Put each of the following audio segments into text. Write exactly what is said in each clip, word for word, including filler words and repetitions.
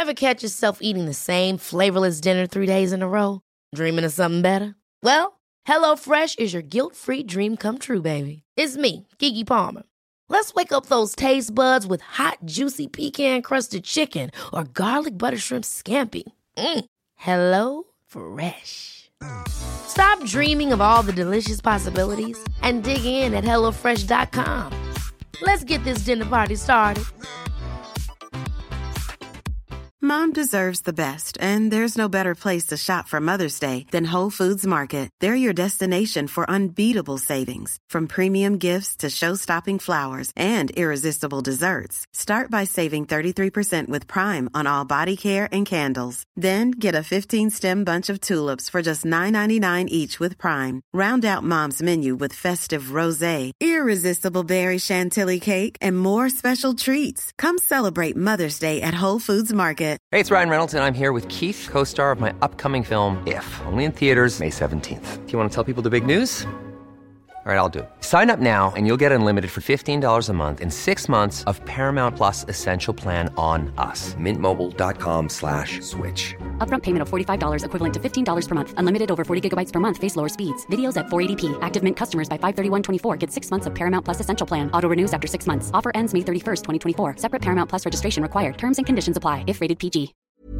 Ever catch yourself eating the same flavorless dinner three days in a row? Dreaming of something better? Well, HelloFresh is your guilt-free dream come true, baby. It's me, Keke Palmer. Let's wake up those taste buds with hot, juicy pecan-crusted chicken or garlic butter shrimp scampi. Mm. Hello Fresh. Stop dreaming of all the delicious possibilities and dig in at hello fresh dot com. Let's get this dinner party started. Mom deserves the best, and there's no better place to shop for Mother's Day than Whole Foods Market. They're your destination for unbeatable savings, from premium gifts to show-stopping flowers and irresistible desserts. Start by saving thirty-three percent with Prime on all body care and candles. Then get a fifteen-stem bunch of tulips for just nine ninety-nine each with Prime. Round out Mom's menu with festive rosé, irresistible berry chantilly cake, and more special treats. Come celebrate Mother's Day at Whole Foods Market. Hey, it's Ryan Reynolds, and I'm here with Keith, co-star of my upcoming film, If, only in theaters May seventeenth. Do you want to tell people the big news? All right, I'll do it. Sign up now and you'll get unlimited for fifteen dollars a month and six months of Paramount Plus Essential Plan on us. Mint Mobile dot com slash switch. Upfront payment of forty-five dollars equivalent to fifteen dollars per month. Unlimited over forty gigabytes per month. Face lower speeds. Videos at four eighty p. Active Mint customers by five thirty-one twenty-four get six months of Paramount Plus Essential Plan. Auto renews after six months. Offer ends May thirty-first, twenty twenty-four. Separate Paramount Plus registration required. Terms and conditions apply if rated P G.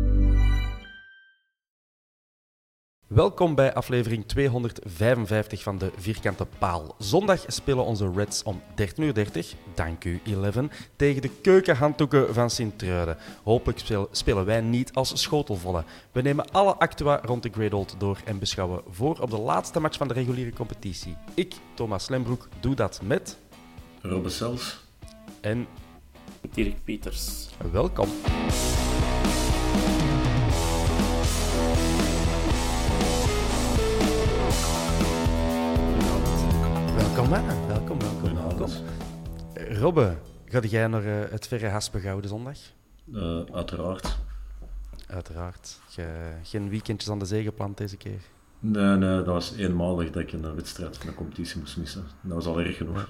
Welkom bij aflevering tweehonderdvijfenvijftig van de Vierkante Paal. Zondag spelen onze Reds om dertien uur dertig, dank u elf, tegen de keukenhanddoeken van Sint-Truiden. Hopelijk speel, spelen wij niet als schotelvollen. We nemen alle actua rond de Great Old door en beschouwen voor op de laatste match van de reguliere competitie. Ik, Thomas Lembroek, doe dat met... Robbe Sels. En... Dirk Pieters. Welkom. Welkom, hè. welkom, welkom, welkom. Robbe, ga jij naar uh, het verre Haspegouden zondag? Uh, uiteraard. Uiteraard. Ge, geen weekendjes aan de zee gepland deze keer? Nee, nee, dat was eenmalig dat ik een wedstrijd van de competitie moest missen. Dat was al erg genoeg.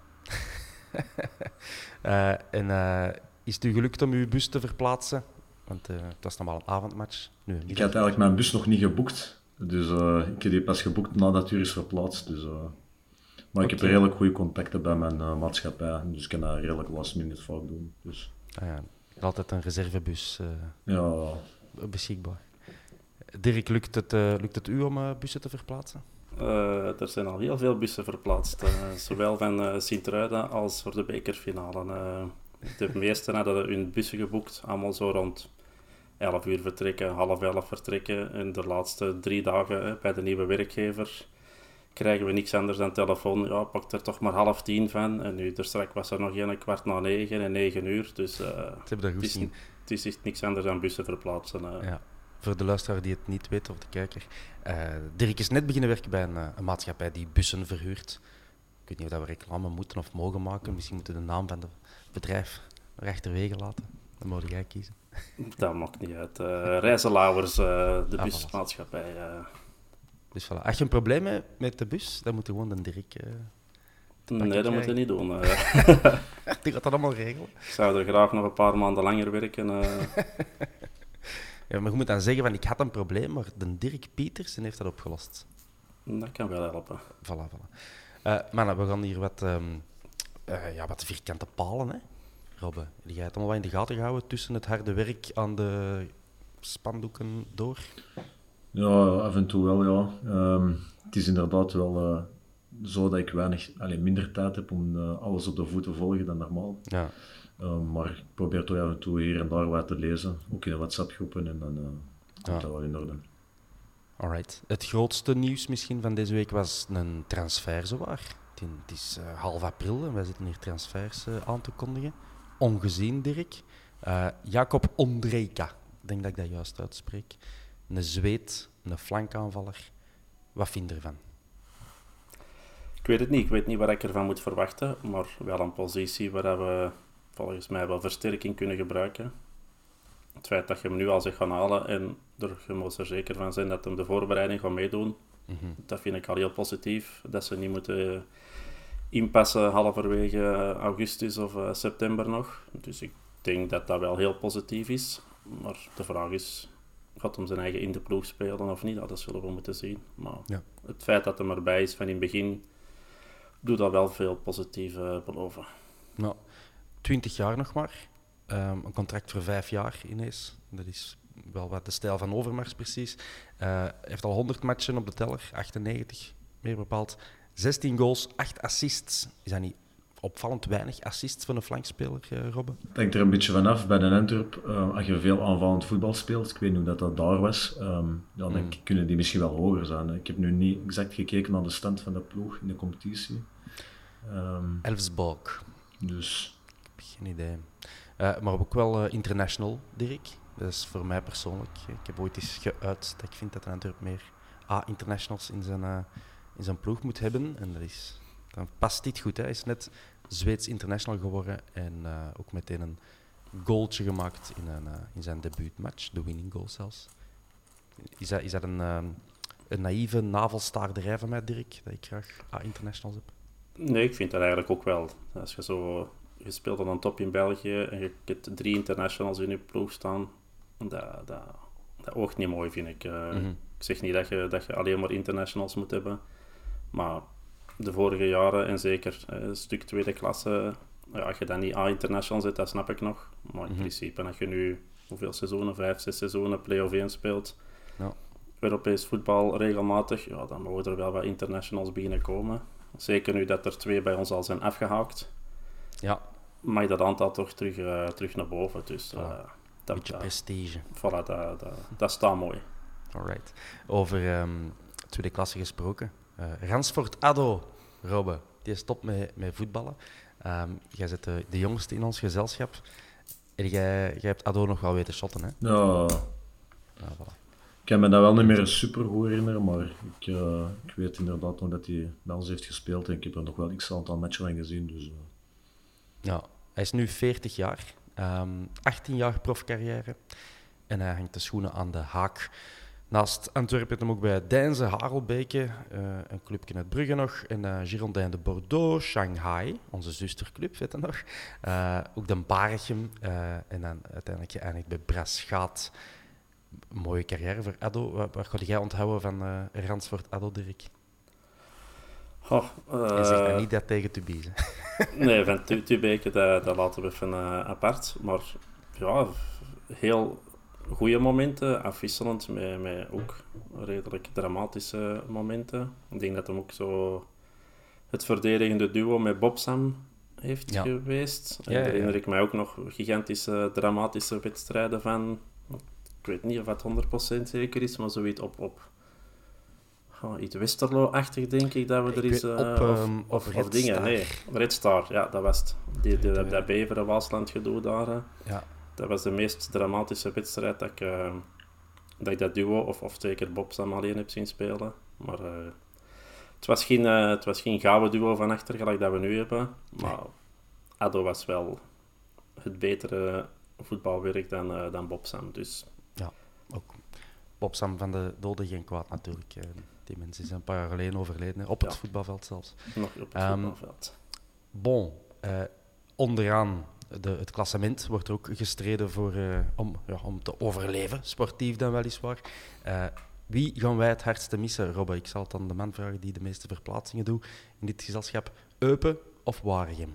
uh, en uh, is het u gelukt om uw bus te verplaatsen? Want uh, het was normaal een avondmatch. Nu, ik had eigenlijk mijn bus nog niet geboekt. Dus uh, ik heb die pas geboekt nadat het uur is verplaatst. Dus, uh, maar ik okay. heb redelijk goede contacten bij mijn uh, maatschappij. Dus ik kan dat redelijk last minute vaak doen. Dus. Ah, ja. Altijd een reservebus uh, ja. beschikbaar. Dirk, lukt het, uh, lukt het u om uh, bussen te verplaatsen? Uh, er zijn al heel veel bussen verplaatst. Uh, zowel van uh, Sint-Truiden als voor de bekerfinale. Uh, de meesten hadden hun bussen geboekt. Allemaal zo rond elf uur vertrekken, half elf vertrekken. En de laatste drie dagen uh, bij de nieuwe werkgever krijgen we niks anders dan telefoon. Ja, pak er toch maar half tien van. En nu, er straks was er nog een kwart na negen en negen uur. Dus uh, het, het, is, het is echt niks anders dan bussen verplaatsen. Uh. Ja. Voor de luisteraar die het niet weet, of de kijker. Uh, Dirk is net beginnen werken bij een, een maatschappij die bussen verhuurt. Ik weet niet of we reclame moeten of mogen maken. Misschien moeten we de naam van het bedrijf rechterwege laten. Dan moet jij kiezen. Dat maakt niet uit. Uh, Reizenlauwers, uh, de ah, busmaatschappij. Uh. Dus voilà. Als je een probleem hebt met de bus, dan moet je gewoon de Dirk... Uh, nee, dat moet je niet doen. Uh. Die gaat dat allemaal regelen. Ik zou er graag nog een paar maanden langer werken. Uh. Ja, maar je moet dan zeggen van ik had een probleem, maar de Dirk Pieters heeft dat opgelost. Dat kan wel helpen. Voilà, voilà. Uh, mannen, we gaan hier wat, um, uh, ja, wat vierkante palen, hè. Robbe, die jij het allemaal wat in de gaten gehouden tussen het harde werk aan de spandoeken door? Ja, af en toe wel, ja. Um, het is inderdaad wel uh, zo dat ik weinig, alleen minder tijd heb om uh, alles op de voet te volgen dan normaal. Ja. Uh, maar ik probeer toch af en toe hier en daar wat te lezen, ook in de WhatsApp-groepen, en dan uh, komt ja. dat wel in orde. Alright. Het grootste nieuws misschien van deze week was een transfer zowaar. Het is uh, half april en wij zitten hier transfers uh, aan te kondigen. Ongezien, Dirk. Uh, Jakob Ondrejka, ik denk dat ik dat juist uitspreek. Een Zweed, een flankaanvaller. Wat vind je ervan? Ik weet het niet. Ik weet niet wat ik ervan moet verwachten, maar wel een positie waar we volgens mij wel versterking kunnen gebruiken. Het feit dat je hem nu al zegt gaan halen en er, je moet er zeker van zijn dat hem de voorbereiding gaat meedoen, mm-hmm. dat vind ik al heel positief. Dat ze niet moeten inpassen halverwege augustus of uh, september nog. Dus ik denk dat dat wel heel positief is. Maar de vraag is, gaat hem zijn eigen in de ploeg spelen of niet? Dat zullen we moeten zien. Maar Ja. het feit dat hij erbij is van in het begin, doet dat wel veel positief uh, beloven. Nou, twintig jaar nog maar. Um, een contract voor vijf jaar ineens. Dat is wel wat de stijl van Overmars precies. Hij uh, heeft al honderd matchen op de teller, achtennegentig meer bepaald. zestien goals, acht assists. Is dat niet opvallend weinig assists van een flankspeler, uh, Robbe? Het hangt er een beetje vanaf bij de Antwerp. Uh, als je veel aanvallend voetbal speelt, ik weet niet hoe dat, dat daar was, um, ja, dan mm. kunnen die misschien wel hoger zijn. Ik heb nu niet exact gekeken naar de stand van de ploeg in de competitie. Um, Elfsborg. Dus. Ik heb geen idee. Uh, maar ook wel uh, international, Dirk. Dat is voor mij persoonlijk. Ik heb ooit eens geuit dat ik vind dat de Antwerp meer A-internationals in zijn, uh, in zijn ploeg moet hebben. En dat is, dan past dit goed. Hè. Hij is net Zweeds international geworden en uh, ook meteen een goaltje gemaakt in, een, uh, in zijn debuutmatch, de winning goal zelfs. Is dat, is dat een, uh, een naïeve navelstaarderij van mij, Dirk, dat ik graag A-internationals heb? Nee, ik vind dat eigenlijk ook wel. Als je zo... Je speelt dan een top in België en je hebt drie internationals in je ploeg staan. Dat, dat, dat oogt niet mooi, vind ik. Uh, mm-hmm. Ik zeg niet dat je, dat je alleen maar internationals moet hebben. Maar de vorige jaren, en zeker uh, een stuk tweede klasse, uh, als je dan niet A-international zet, dat snap ik nog. Maar in mm-hmm. principe, als je nu hoeveel seizoenen, vijf, zes seizoenen play-off één speelt, ja. Europees voetbal regelmatig, ja, dan mogen er wel wat internationals beginnen komen. Zeker nu dat er twee bij ons al zijn afgehaakt. Ja. Mag dat aantal toch terug, uh, terug naar boven. Dus, uh, ja, dat, beetje dat, prestige. Voilà, dat, dat, dat staat mooi. Alright. Over um, tweede klasse gesproken. Uh, Ransford Addo, Robbe, die stopt met, met voetballen. Um, jij bent de, de jongste in ons gezelschap. En jij, jij hebt Addo nog wel weten shotten, hè? Ja. ja voilà. Ik kan me dat wel niet meer super goed herinneren, maar ik, uh, ik weet inderdaad nog dat hij bij ons heeft gespeeld en ik heb er nog wel x aantal matchen van gezien. Dus, uh. Ja, hij is nu veertig jaar, um, achttien jaar profcarrière en hij hangt de schoenen aan de haak. Naast Antwerpen heeft hem ook bij Deinze, Harelbeke, uh, een clubje uit Brugge nog, en uh, Girondins de Bordeaux, Shanghai, onze zusterclub, weet je nog. Uh, ook Den Barchem uh, en dan uiteindelijk geëindigd bij Braschaat. Mooie carrière voor Addo. Wat, wat ga jij onthouden van uh, Ransford Addo, Dirk? Oh, uh, en zeg dan niet dat tegen Tubize. Nee, van Tubeke, dat, dat laten we even uh, apart. Maar ja, heel goede momenten, afwisselend met, met ook redelijk dramatische momenten. Ik denk dat hem ook zo het verdedigende duo met Bob Sam heeft ja. geweest. Ja, ja, ja. Daar herinner ik mij ook nog gigantische, dramatische wedstrijden van. Ik weet niet of het honderd procent zeker is, maar zoiets op... op Oh, iets Westerlo-achtig, denk ik, dat we er eens... Uh, op, um, of, of, of dingen, nee. Red Star, ja, dat was het. Die, die, die, dat Beveren-Waasland gedoe daar. Ja. Dat was de meest dramatische wedstrijd dat ik uh, dat, ik dat duo, of, of zeker Bob Sam alleen heb zien spelen. Maar uh, het, was geen, uh, het was geen gouden duo van achter, gelijk dat we nu hebben. Maar Addo was wel het betere voetbalwerk dan, uh, dan Bob Sam, dus... Ja, ook Bob Sam van de Dode geen kwaad natuurlijk. Uh, Die mensen zijn een paar jaar geleden overleden, hè. Op het ja. voetbalveld zelfs. Nog op het um, voetbalveld. Bon, uh, onderaan de, het klassement wordt er ook gestreden voor, uh, om, ja, om te overleven, sportief dan weliswaar. Uh, wie gaan wij het hardste missen, Robbe? Ik zal het aan de man vragen die de meeste verplaatsingen doet in dit gezelschap. Eupen of Waregem?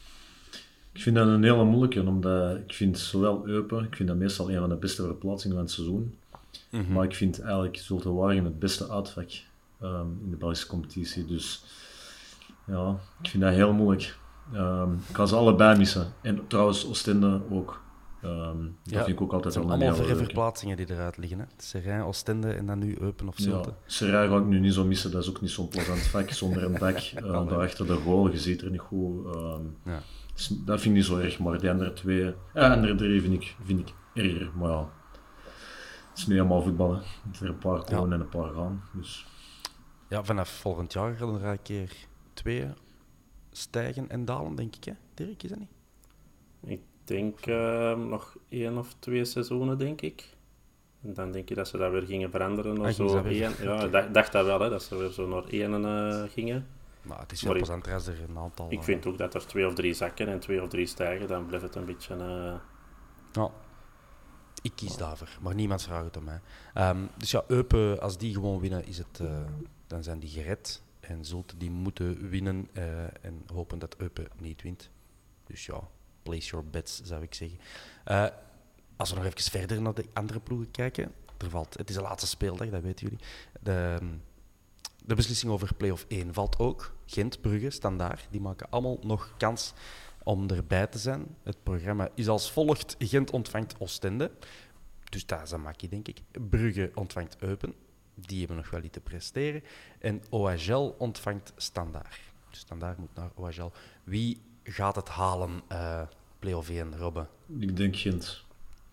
Ik vind dat een hele moeilijke, omdat ik vind zowel Eupen, ik vind dat meestal een van de beste verplaatsingen van het seizoen. Mm-hmm. Maar ik vind eigenlijk Zulte Waregem het beste uitvak um, in de Belgische competitie. Dus ja, ik vind dat heel moeilijk. Um, ik ga ze allebei missen. En trouwens Oostende ook. Um, dat ja, vind ik ook altijd wel een allemaal verre verplaatsingen die eruit liggen. Hè? Serijn, Oostende en dan nu Eupen of Zulte. Ja, Serijn ga ik nu niet zo missen. Dat is ook niet zo'n plezant vak zonder een dak. Uh, daarachter de goal, je ziet er niet goed. Um, ja. Dus dat vind ik niet zo erg. Maar die andere twee, eh, andere drie vind ik, vind ik erger. Maar ja. Het is nu helemaal voetballen. Het er een paar komen ja. en een paar gaan. Dus. Ja, vanaf volgend jaar gaan er een keer twee stijgen en dalen, denk ik, hè? Dirk, is dat niet? Ik denk uh, nog één of twee seizoenen, denk ik. En dan denk je dat ze dat weer gingen veranderen. Of ah, zo. Één, ja, ik dacht dat wel, hè, dat ze weer zo naar één uh, gingen. Maar het is wel plezanter als er een aantal... Ik vind ook dat er twee of drie zakken en twee of drie stijgen, dan blijft het een beetje... Uh... Ja. Ik kies daarvoor, maar niemand vraagt het aan mij. Um, dus ja, Eupen, als die gewoon winnen, is het, uh, dan zijn die gered. En Zulte, die moeten winnen uh, en hopen dat Eupen niet wint. Dus ja, place your bets, zou ik zeggen. Uh, als we nog even verder naar de andere ploegen kijken. Er valt, het is de laatste speeldag, dat weten jullie. De, de beslissing over play-off één valt ook. Gent, Brugge, Standaard. Die maken allemaal nog kans om erbij te zijn. Het programma is als volgt. Gent ontvangt Oostende. Dus dat is een makkie, denk ik. Brugge ontvangt Eupen. Die hebben nog wel iets te presteren. En O H L ontvangt Standaard. Dus Standaard moet naar O H L. Wie gaat het halen, uh, play-off één, Robbe? Ik denk Gent.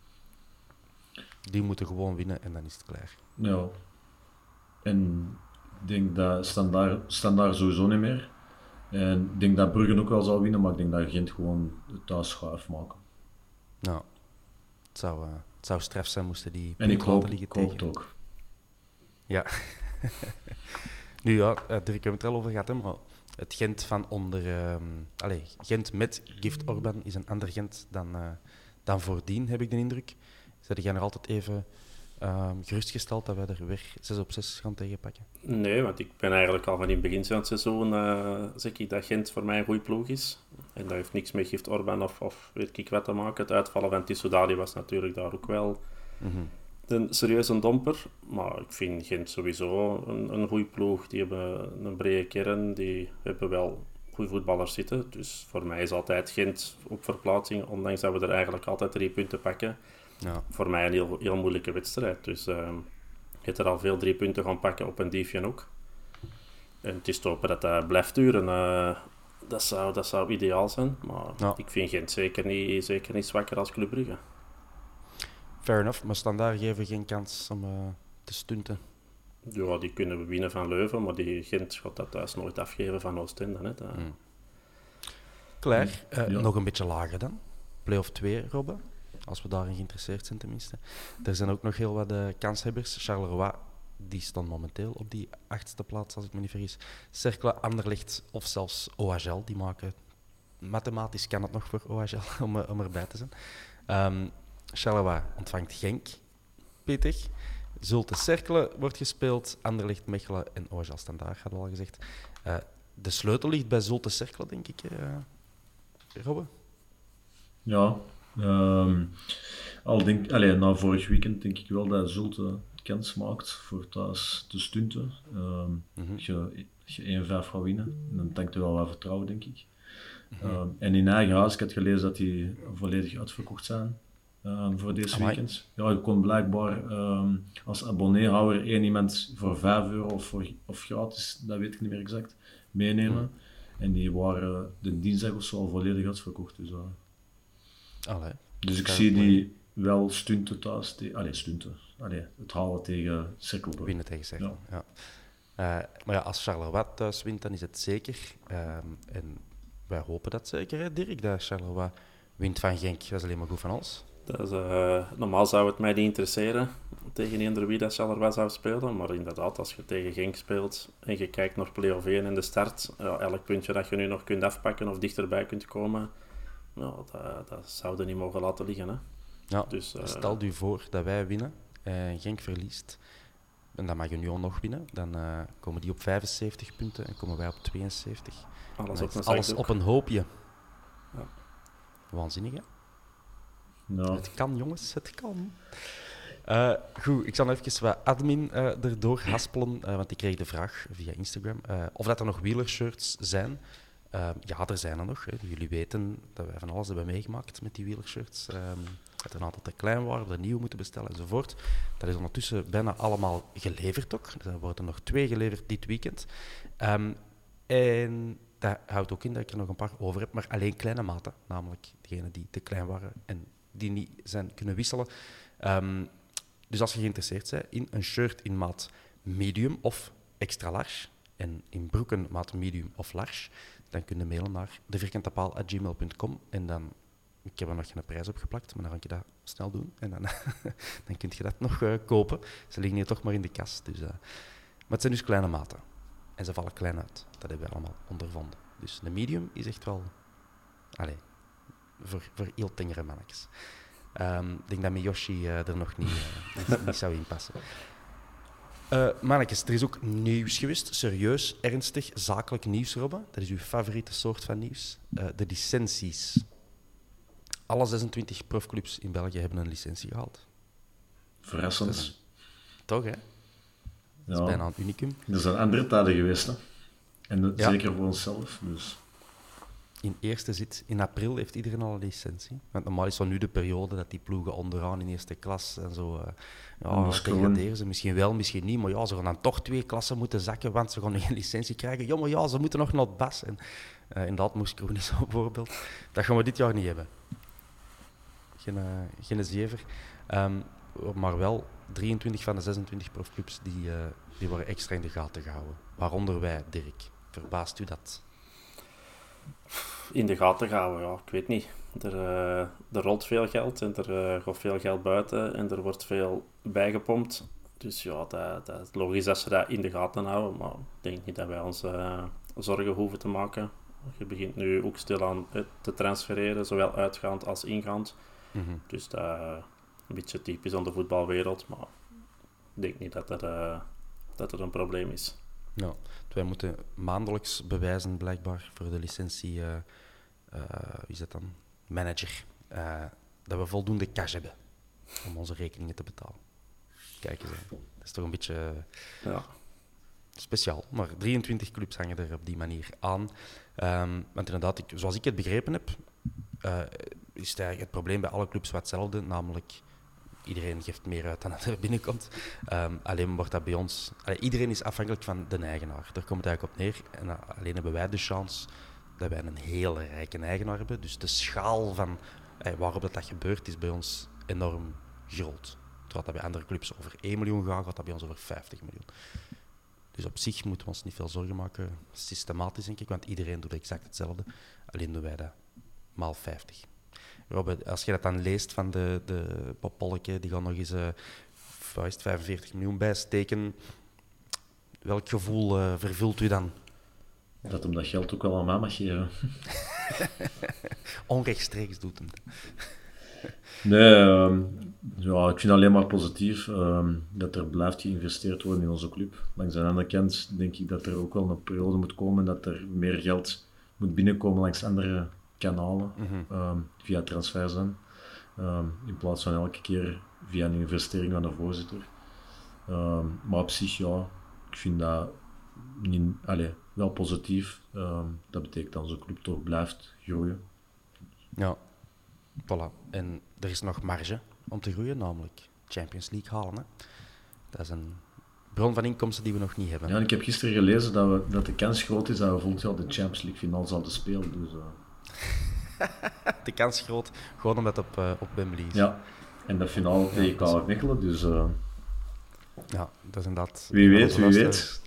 Die moeten gewoon winnen en dan is het klaar. Ja. En ik denk dat Standaard, Standaard sowieso niet meer. En ik denk dat Brugge ook wel zal winnen, maar ik denk dat Gent gewoon het thuis gaat afmaken. Nou, het zou, uh, het zou straf zijn moesten die en ik hoop, liggen ik hoop tegen. het ook. Ja. Nu ja, Dirk, we hebben het er al over gehad, hè, maar het Gent van onder... Um, allez, Gent met Gift Orban is een ander Gent dan, uh, dan voordien, heb ik de indruk. Zijn jij nog altijd even um, gerustgesteld dat wij er weer zes op zes gaan tegenpakken? Nee, want ik ben eigenlijk al van in het begin van het seizoen uh, zeg ik dat Gent voor mij een goede ploeg is. En dat heeft niks met Gift Orban of, of weet ik wat te maken. Het uitvallen van Tissoudali was natuurlijk daar ook wel mm-hmm. een serieuze domper. Maar ik vind Gent sowieso een, een goede ploeg. Die hebben een brede kern, die hebben wel goede voetballers zitten. Dus voor mij is altijd Gent op verplaatsing, ondanks dat we er eigenlijk altijd drie punten pakken. Ja. Voor mij een heel, heel moeilijke wedstrijd. Dus uh, je hebt er al veel drie punten gaan pakken op een diefje ook. En het is te hopen dat dat blijft duren. Uh, dat, zou, dat zou ideaal zijn. Maar ja. ik vind Gent zeker niet, zeker niet zwakker als Club Brugge. Fair enough, maar Standaard geven geen kans om uh, te stunten. Ja, die kunnen we winnen van Leuven, maar die Gent gaat dat thuis nooit afgeven van Oostende. Hè. Dat... Mm. Klaar, uh, ja. nog een beetje lager dan. Play-off twee, Robbe. Als we daarin geïnteresseerd zijn tenminste. Er zijn ook nog heel wat uh, kanshebbers. Charleroi, die stond momenteel op die achtste plaats, als ik me niet vergis. Cercle, Anderlecht of zelfs O H L, die maken... Mathematisch kan het nog voor O H L om, om erbij te zijn. Um, Charleroi ontvangt Genk, Peter. Zulte Cercle wordt gespeeld. Anderlecht, Mechelen en O H L Standaard, hadden we al gezegd. Uh, de sleutel ligt bij Zulte Cercle, denk ik. Uh, Robbe? Ja... Um, al denk, allez, na vorig weekend denk ik wel dat Zulte kans maakt voor thuis te stunten. Um, mm-hmm. Als je, je één vijf gaat winnen, dan tankt er wel wat vertrouwen, denk ik. Mm-hmm. Um, en in eigen huis, ik had gelezen dat die volledig uitverkocht zijn um, voor deze Amai. weekend. Ja, je kon blijkbaar um, als abonneehouder één iemand voor vijf euro of, voor, of gratis, dat weet ik niet meer exact, meenemen. Mm. En die waren de dinsdag of zo al volledig uitverkocht. Dus, uh, Allee, dus ik zie die wel stunten thuis. Te- Allee, stunten. Allee, het halen tegen Cercle. Winnen tegen Cercle, ja. ja. Uh, maar ja, als Charleroi thuis wint, dan is het zeker. Um, en wij hopen dat zeker, hè, Dirk, dat Charleroi wint van Genk. Dat is alleen maar goed van ons. Dat is, uh, normaal zou het mij niet interesseren tegen eender wie dat Charleroi zou spelen. Maar inderdaad, als je tegen Genk speelt en je kijkt naar play-off één en de start, ja, elk puntje dat je nu nog kunt afpakken of dichterbij kunt komen... Nou, dat, dat zouden niet mogen laten liggen. Hè. Ja, dus, uh, stel je voor dat wij winnen en Genk verliest. En dan mag Union nog winnen. Dan uh, komen die op vijfenzeventig punten en komen wij op tweeënzeventig. Alles, op een, alles op een hoopje. Ja. Waanzinnig, hè? Ja. Het kan, jongens. Het kan. Uh, goed, ik zal even wat admin uh, erdoor haspelen. Uh, want ik kreeg de vraag via Instagram uh, of dat er nog wielershirts zijn. Uh, ja, er zijn er nog. Hè. Jullie weten dat wij van alles hebben meegemaakt met die wielershirts. Um, dat er een aantal te klein waren, we er nieuwe moeten bestellen enzovoort. Dat is ondertussen bijna allemaal geleverd ook. Er worden nog twee geleverd dit weekend. Um, en dat houdt ook in dat ik er nog een paar over heb, maar alleen kleine maten. Namelijk degenen die te klein waren en die niet zijn kunnen wisselen. Um, dus als je geïnteresseerd bent in een shirt in maat medium of extra large, en in broeken maat medium of large, dan kun je mailen naar de vierkante paal at gmail punt com en dan, ik heb er nog geen prijs op geplakt, maar dan ga ik dat snel doen en dan, dan kun je dat nog uh, kopen. Ze liggen hier toch maar in de kast. Dus, uh, maar het zijn dus kleine maten en ze vallen klein uit. Dat hebben we allemaal ondervonden. Dus de medium is echt wel, allez, voor, voor heel tengere mannetjes. Um, ik denk dat Miyoshi uh, er nog niet, uh, niet, niet zou inpassen. Uh, mannetjes, er is ook nieuws geweest. Serieus, ernstig, zakelijk nieuws, Robbe. Dat is uw favoriete soort van nieuws. Uh, de licenties. Alle zesentwintig profclubs in België hebben een licentie gehaald. Verrassend. Een, toch, hè? Dat ja. is bijna een unicum. Er zijn andere tijden geweest, hè. En dat, ja. zeker voor onszelf. Dus. In eerste zit, in april heeft iedereen al een licentie. Want normaal is zo nu de periode dat die ploegen onderaan in eerste klas en zo... Uh, ja, degraderen ze misschien wel, misschien niet, maar ja, ze gaan dan toch twee klassen moeten zakken, want ze gaan geen licentie krijgen. Ja, maar ja, ze moeten nog naar het bas. En uh, inderdaad, moest Kroen is zo'n voorbeeld. Dat gaan we dit jaar niet hebben. Geen, uh, geen zever. Um, maar wel drieëntwintig van de zesentwintig profclubs die, uh, die worden extra in de gaten gehouden. Waaronder wij, Dirk. Verbaast u dat? In de gaten houden, ja, ik weet niet. Er, uh, er rolt veel geld en er uh, gaat veel geld buiten en er wordt veel bijgepompt. Dus ja, dat, dat is logisch dat ze dat in de gaten houden, maar ik denk niet dat wij ons uh, zorgen hoeven te maken. Je begint nu ook stilaan te transfereren, zowel uitgaand als ingaand. Mm-hmm. Dus dat uh, een beetje typisch aan de voetbalwereld, maar ik denk niet dat dat, uh, dat er een probleem is. Ja, wij moeten maandelijks bewijzen, blijkbaar, voor de licentie, uh, uh, wie is dat dan? Manager, uh, dat we voldoende cash hebben om onze rekeningen te betalen. Kijk eens, dat is toch een beetje uh, ja. speciaal. Maar drieëntwintig clubs hangen er op die manier aan. Um, want inderdaad, ik, zoals ik het begrepen heb, uh, is het eigenlijk het probleem bij alle clubs wat hetzelfde, namelijk... Iedereen geeft meer uit dan er binnenkomt. Um, alleen wordt dat bij ons... Allee, iedereen is afhankelijk van de eigenaar. Daar komt het eigenlijk op neer. En uh, alleen hebben wij de chance dat wij een hele rijke eigenaar hebben. Dus de schaal van uh, waarop dat, dat gebeurt is bij ons enorm groot. Terwijl dat bij andere clubs over één miljoen gaat, gaat dat bij ons over vijftig miljoen. Dus op zich moeten we ons niet veel zorgen maken, systematisch denk ik, want iedereen doet exact hetzelfde. Alleen doen wij dat maal vijftig. Robert, als je dat dan leest van de, de Poppolke, die gaan nog eens uh, vijfenveertig miljoen bijsteken. Welk gevoel uh, vervult u dan? Dat hem dat geld ook wel aan mij mag geven. Onrechtstreeks doet hem. Nee, um, ja, ik vind het alleen maar positief um, dat er blijft geïnvesteerd worden in onze club. Langs de andere kant denk ik dat er ook wel een periode moet komen dat er meer geld moet binnenkomen langs andere kanalen, mm-hmm. um, via transfers dan, um, in plaats van elke keer via een investering van de voorzitter. Um, maar op zich, ja, ik vind dat niet, allez, wel positief. Um, dat betekent dat onze club toch blijft groeien. Ja, voilà. En er is nog marge om te groeien, namelijk Champions League halen. Hè. Dat is een bron van inkomsten die we nog niet hebben. Ja, en ik heb gisteren gelezen dat, we, dat de kans groot is dat we volgend jaar de Champions League finale zouden spelen. Dus, uh... de kans groot, gewoon omdat het op, uh, op Wembley is. Ja, en de finale tegen K V Mechelen, dus... Uh... Ja, dat is inderdaad... Wie weet, wie weet.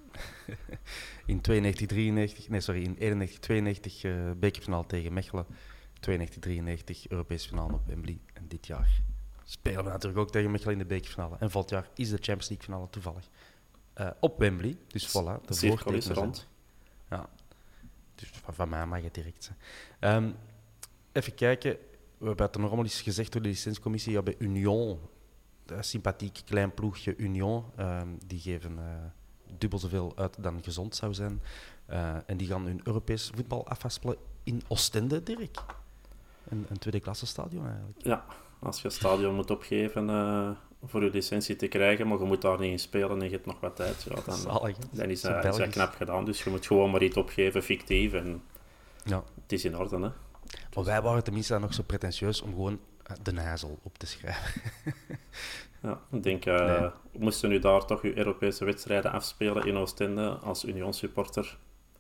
In tweeënnegentig drieënnegentig, nee sorry, in eenennegentig tweeënnegentig uh, bekerfinale tegen Mechelen, tweeënnegentig drieënnegentig Europees finale op Wembley. En dit jaar spelen we natuurlijk ook tegen Mechelen in de bekerfinale. En volgend jaar is de Champions League finale toevallig uh, op Wembley. Dus voilà, de cirkel is rond. Ja, dus van, van mij mag het direct zijn. Um, even kijken, we hebben het er nog allemaal eens gezegd door de licentiecommissie. Ja, bij Union, een sympathiek klein ploegje Union, um, die geven uh, dubbel zoveel uit dan gezond zou zijn. Uh, en die gaan hun Europees voetbal afhaspelen in Oostende, Dirk. Een, een tweede klasse stadion eigenlijk. Ja, als je het stadion moet opgeven uh, voor je licentie te krijgen, maar je moet daar niet in spelen en je hebt nog wat tijd, ja, dan, Zalig, dan is dat, is dat knap gedaan. Dus je moet gewoon maar iets opgeven, fictief. En ja. Het is in orde, hè. Maar wij waren tenminste nog zo pretentieus om gewoon de nazel op te schrijven. Ja, ik denk, uh, nee. moesten nu daar toch je Europese wedstrijden afspelen in Oostende als Union-supporter?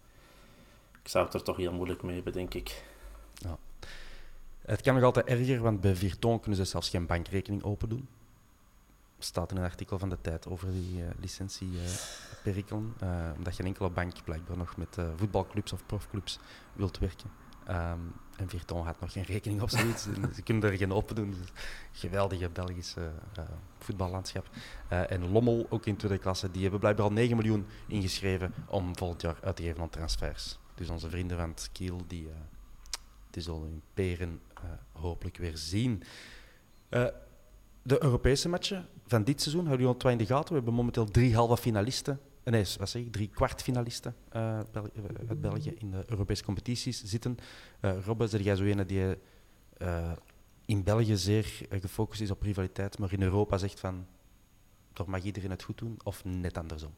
Ik zou het er toch heel moeilijk mee hebben, denk ik. Ja. Het kan nog altijd erger, want bij Virton kunnen ze zelfs geen bankrekening open doen. Er staat in een artikel van de Tijd over die uh, licentieperikelen. Uh, uh, omdat geen enkele bank blijkbaar nog met uh, voetbalclubs of profclubs wilt werken. Um, en Virton had nog geen rekening of zoiets. Ze kunnen er geen open doen. Dus geweldige Belgische uh, voetballandschap. Uh, en Lommel, ook in tweede klasse, die hebben blijkbaar al negen miljoen ingeschreven om volgend jaar uit te geven aan transfers. Dus onze vrienden van Kiel, die, uh, die zullen hun peren uh, hopelijk weer zien. Uh, de Europese matchen van dit seizoen houden jullie al in de gaten. We hebben momenteel drie halve finalisten. Nee, wat zeg ik? Drie kwartfinalisten uh, Bel- uit België in de Europese competities zitten. Uh, Robbe, zeg jij zo ene die uh, in België zeer uh, gefocust is op rivaliteit, maar in Europa zegt van, toch mag iedereen het goed doen, of net andersom?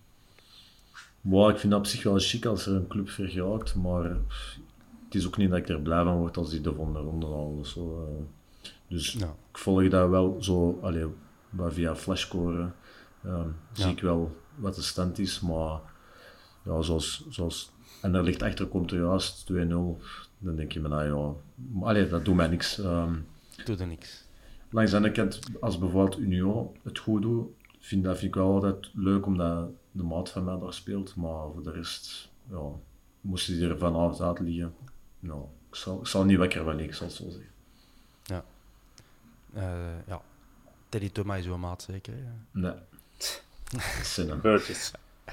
Wow, ik vind dat op zich wel chic als er een club ver geraakt, maar het is ook niet dat ik er blij van word als die de volgende ronde halen. Zo, uh, dus ja. Ik volg dat wel zo, allee, via flashscore um, ja. zie ik wel wat de stand is, maar ja, zoals, zoals en er ligt achter, komt er juist twee nul, dan denk je me, nou ja, allee, dat doet mij niks. Um, doet er niks. Langs de andere kant, als bijvoorbeeld Union het goed doet, vind, dat vind ik wel altijd leuk omdat de maat van mij daar speelt, maar voor de rest, ja, moesten die er vanavond uit liggen, nou, ik zal, ik zal niet wakker van liggen, ik zal het zo zeggen. Ja. Uh, ja. Teddy Thomas is uw maat zeker? Ja. Nee. Zinnen. Burgess.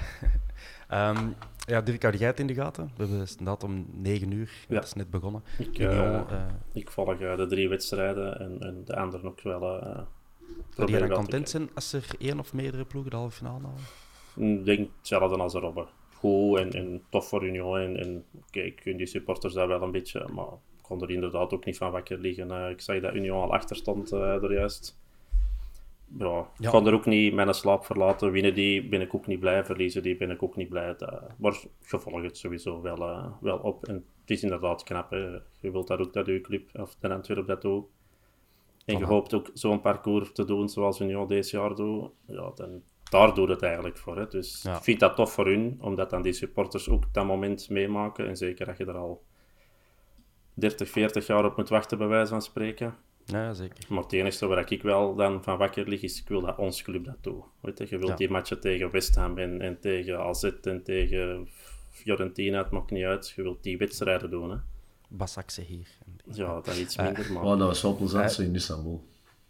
um, ja, Dirk, hou jij het in de gaten? We hebben inderdaad om negen uur, ja. Het is net begonnen. Ik, uh, Union, uh, ik volg uh, de drie wedstrijden en, en de anderen ook wel. Uh, Zou jij dan content zijn als er één of meerdere ploegen de halve finale halen? Ik denk hetzelfde als Robben. Goed en, en tof voor Union. En, en okay, ik gun die supporters daar wel een beetje, maar ik kon er inderdaad ook niet van wakker liggen. Uh, ik zag dat Union al achter stond uh, er juist. Ja, ik ja. kon er ook niet mijn slaap verlaten. Winnen die, ben ik ook niet blij. Verliezen die, ben ik ook niet blij. Dat, maar je volgt het sowieso wel, uh, wel op. En het is inderdaad knap. Hè. Je wilt dat ook dat je club, of de Antwerp dat doet. En je hoopt ook zo'n parcours te doen zoals Union deze jaar doet. Ja, dan, daar doet het eigenlijk voor. Hè. Dus ja. Ik vind dat tof voor hun, omdat dan die supporters ook dat moment meemaken. En zeker dat je er al dertig, veertig jaar op moet wachten, bij wijze van spreken. Ja, zeker. Maar het enige waar ik wel dan van wakker lig, is ik wil dat ons club dat doet. Weet je, je wilt ja. die matchen tegen West Ham en, en tegen A Z en tegen Fiorentina, het maakt niet uit. Je wilt die wedstrijden doen. Hè. Basakse hier. Ja, dat iets minder. Uh, maar... Oh, dat was wel plezant uh, in Istanbul.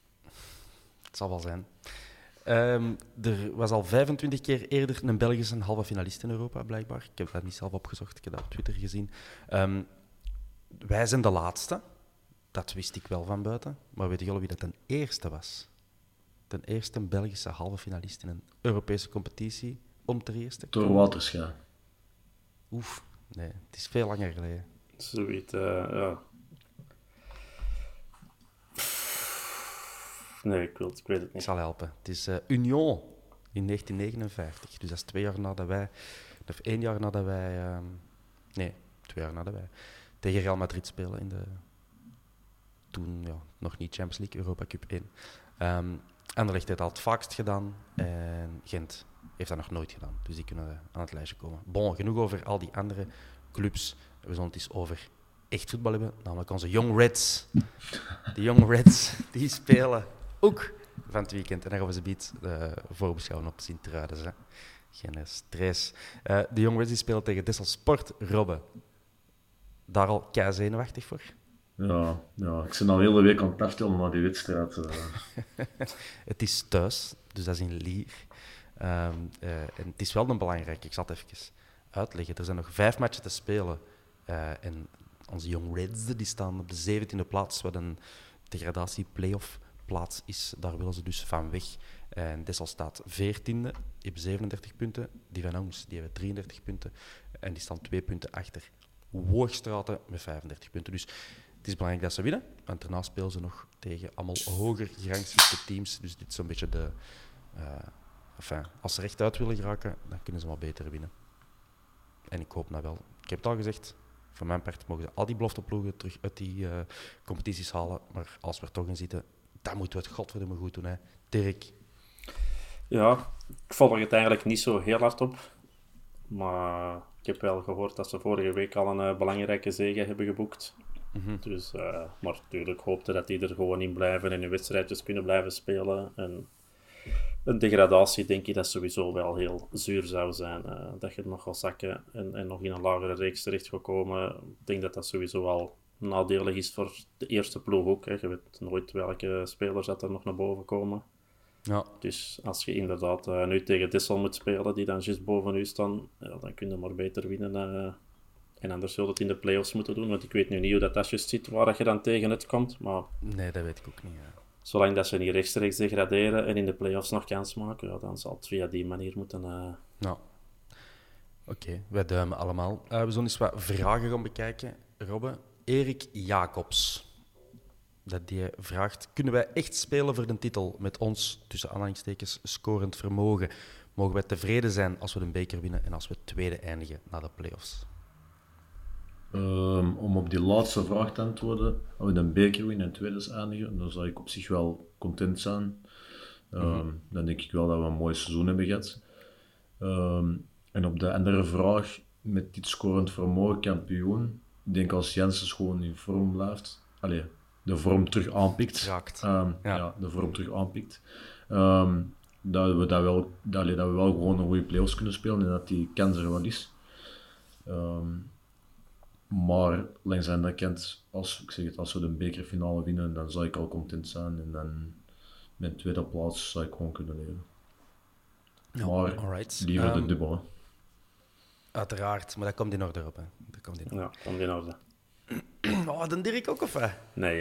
Het zal wel zijn. Um, er was al vijfentwintig keer eerder een Belgische halve finalist in Europa, blijkbaar. Ik heb dat niet zelf opgezocht, ik heb dat op Twitter gezien. Um, wij zijn de laatste. Dat wist ik wel van buiten. Maar weet jullie wie dat ten eerste was? Ten eerste een Belgische halve finalist in een Europese competitie om ter eerste. Door Waterscha. Oef, nee, het is veel langer geleden. Zoiets, uh, ja. Nee, ik, wil, ik weet het niet. Ik zal helpen. Het is uh, Union in negentien negenenvijftig. Dus dat is twee jaar nadat wij... Of één jaar nadat wij... Um, nee, twee jaar nadat wij tegen Real Madrid spelen in de... Toen ja, nog niet Champions League, Europa Cup één. Um, Anderlecht heeft dat al het vaakst gedaan. En Gent heeft dat nog nooit gedaan. Dus die kunnen aan het lijstje komen. Bon, genoeg over al die andere clubs. We zullen het eens over echt voetbal hebben. Namelijk onze Young Reds. De Young Reds, die spelen ook van het weekend. En dan gaan we ze beet uh, voorbeschouwen op Sint-Truiden. Geen stress. Uh, de Young Reds die spelen tegen Dessel Sport. Robbe, daar al kei zenuwachtig voor? Ja, ja, ik ben al de hele week aan het aftellen naar die wedstrijd. Uh. Het is thuis, dus dat is in Lier. Um, uh, en het is wel een belangrijke, ik zal het even uitleggen. Er zijn nog vijf matchen te spelen. Uh, en onze Young Reds die staan op de zeventiende plaats, wat een degradatie-playoff plaats is. Daar willen ze dus van weg. En Dessel staat veertiende, die hebben zevenendertig punten. Die van ons die hebben drieëndertig punten. En die staan twee punten achter Woogstraten met vijfendertig punten. Dus het is belangrijk dat ze winnen, want daarna spelen ze nog tegen allemaal hoger gerangschikte teams. Dus dit is zo'n beetje de... Uh, enfin, als ze rechtuit willen geraken, dan kunnen ze maar beter winnen. En ik hoop dat wel. Ik heb het al gezegd, van mijn part mogen ze al die belofteploegen terug uit die uh, competities halen. Maar als we er toch in zitten, dan moeten we het godverdomme goed doen. Hè. Dirk? Ja, ik volg het eigenlijk niet zo heel hard op. Maar ik heb wel gehoord dat ze vorige week al een uh, belangrijke zege hebben geboekt. Mm-hmm. Dus, uh, maar natuurlijk hoopte dat die er gewoon in blijven en hun wedstrijdjes kunnen blijven spelen. En een degradatie denk ik dat sowieso wel heel zuur zou zijn. Uh, dat je nog gaat zakken en, en nog in een lagere reeks terecht gaat komen. Ik denk dat dat sowieso wel nadelig is voor de eerste ploeg ook. Hè. Je weet nooit welke spelers dat er nog naar boven komen. Ja. Dus als je inderdaad uh, nu tegen Dessel moet spelen, die dan juist boven u staan, ja, dan kun je maar beter winnen. Uh, en anders zul je het in de play-offs moeten doen, want ik weet nu niet hoe dat dat juist zit, waar je dan tegen het komt. Maar... Nee, dat weet ik ook niet. Ja. zolang dat ze niet rechtstreeks degraderen en in de play-offs nog kans maken, ja, dan zal het via die manier moeten... Uh... Nou, oké, okay, wij duimen allemaal. Uh, we zullen eens wat vragen gaan bekijken. Robbe, Erik Jacobs. Dat die vraagt, kunnen wij echt spelen voor de titel met ons, tussen aanhalingstekens, scorend vermogen? Mogen wij tevreden zijn als we de beker winnen en als we tweede eindigen na de play-offs? Um, om op die laatste vraag te antwoorden, als we een beker winnen en tweede eindigen, dan zou ik op zich wel content zijn. Um, mm-hmm. Dan denk ik wel dat we een mooi seizoen hebben gehad. Um, en op de andere vraag, met dit scorend vermogen kampioen, ik denk als Jensen gewoon in vorm blijft, allee, de vorm terug aanpikt. Um, ja. ja, de vorm terug aanpikt. Um, dat, we dat, wel, dat, dat we wel gewoon een goede play-offs kunnen spelen en dat die kans er wel is. Um, maar langs de andere kant, als, ik zeg het, als we de bekerfinale winnen, dan zou ik al content zijn en dan met tweede plaats zou ik gewoon kunnen leven. Ja, maar alright. liever um, de dubbel. Hè. Uiteraard, maar dat komt in orde op. Hè. Dat komt in orde. Ja, komt in orde. Oh, dan Dirk ook of wat? Nee.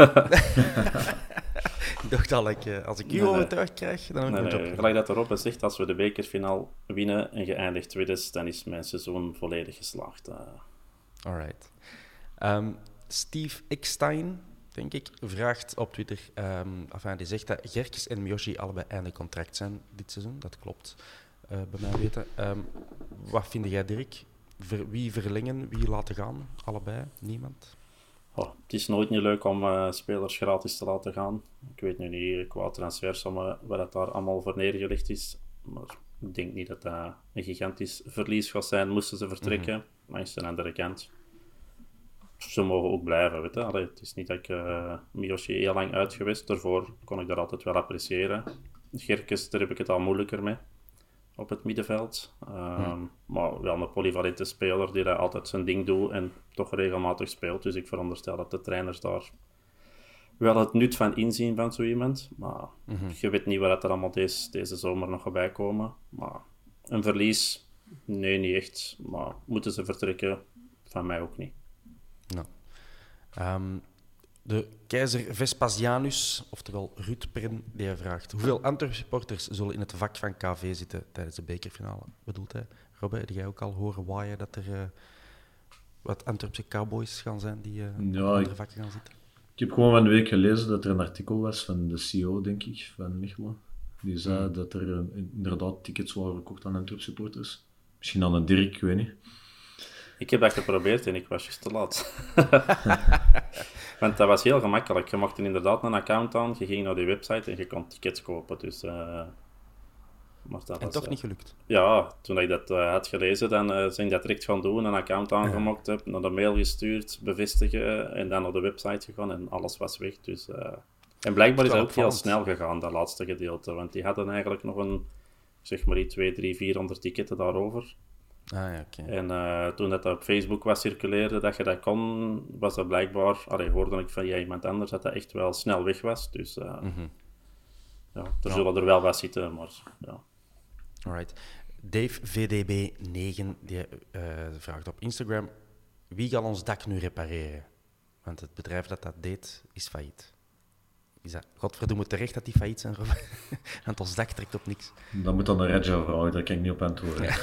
Ik dacht al, ik, als ik u nee, over nee. terug krijg, dan heb ik nee, het nee. op. Gelijk dat erop zegt, als we de bekerfinaal winnen en geëindigd tweede, dan is mijn seizoen volledig geslaagd. Uh. Alright. Um, Steve Eckstein, denk ik, vraagt op Twitter, um, enfin, die zegt dat Gerkes en Miyoshi allebei einde contract zijn dit seizoen. Dat klopt, uh, bij mij weten. Um, wat vind jij, Dirk? Ver, wie verlengen, wie laten gaan? Allebei? Niemand? Oh, het is nooit niet leuk om uh, spelers gratis te laten gaan. Ik weet nu niet qua transfersommen waar het daar allemaal voor neergelegd is. Maar ik denk niet dat dat een gigantisch verlies gaat zijn, moesten ze vertrekken. Mm-hmm. Langs de andere kant. Ze mogen ook blijven, weet je. Allee, het is niet dat ik uh, Miyoshi heel lang uit geweest. Daarvoor kon ik dat altijd wel appreciëren. Gerkes, daar heb ik het al moeilijker mee. Op het middenveld. Um, hmm. Maar wel een polyvalente speler die dat altijd zijn ding doet en toch regelmatig speelt. Dus ik veronderstel dat de trainers daar wel het nut van inzien van zo iemand. Maar mm-hmm. je weet niet waar dat er allemaal deze, deze zomer nog gaat bijkomen. Maar een verlies? Nee, niet echt. Maar moeten ze vertrekken? Van mij ook niet. No. Um, de keizer Vespasianus, oftewel Ruud Pern, die vraagt: hoeveel Antwerp-supporters zullen in het vak van K V zitten tijdens de bekerfinale? Bedoelt hij? Robbe, heb jij ook al horen waaien dat er uh, wat Antwerpse cowboys gaan zijn die uh, ja, in andere vakken gaan zitten? Ik heb gewoon van de week gelezen dat er een artikel was van de C E O, denk ik, van Mechelen. Die zei mm. dat er uh, inderdaad tickets waren verkocht aan Antwerp-supporters. Misschien aan een Dirk, ik weet niet. Ik heb dat geprobeerd en ik was juist te laat. Want dat was heel gemakkelijk. Je mocht inderdaad een account aan, je ging naar die website en je kon tickets kopen. Dus, uh, maar dat en was, toch uh, niet gelukt? Ja, toen ik dat uh, had gelezen, dan uh, ben ik dat direct gaan doen. Een account aangemokt heb, naar de mail gestuurd, bevestigen en dan naar de website gegaan en alles was weg. Dus, uh, en blijkbaar is dat ook heel snel gegaan, dat laatste gedeelte. Want die hadden eigenlijk nog een, zeg maar, twee, drie, vierhonderd ticketten daarover. Ah, ja, okay. En uh, toen dat op Facebook was circuleerde dat je dat kon, was dat blijkbaar, allee, hoorde ik van ja, iemand anders dat dat echt wel snel weg was. Dus uh, mm-hmm. ja, er ja. zullen er wel wat zitten, maar ja. Alright. Dave V D B negen die, uh, vraagt op Instagram: wie gaat ons dak nu repareren? Want het bedrijf dat dat deed, is failliet. Is dat godverdomme terecht dat die failliet zijn? Want ons dak trekt op niks. Dan moet dan een Redja vragen, daar kan ik niet op antwoorden. Ja.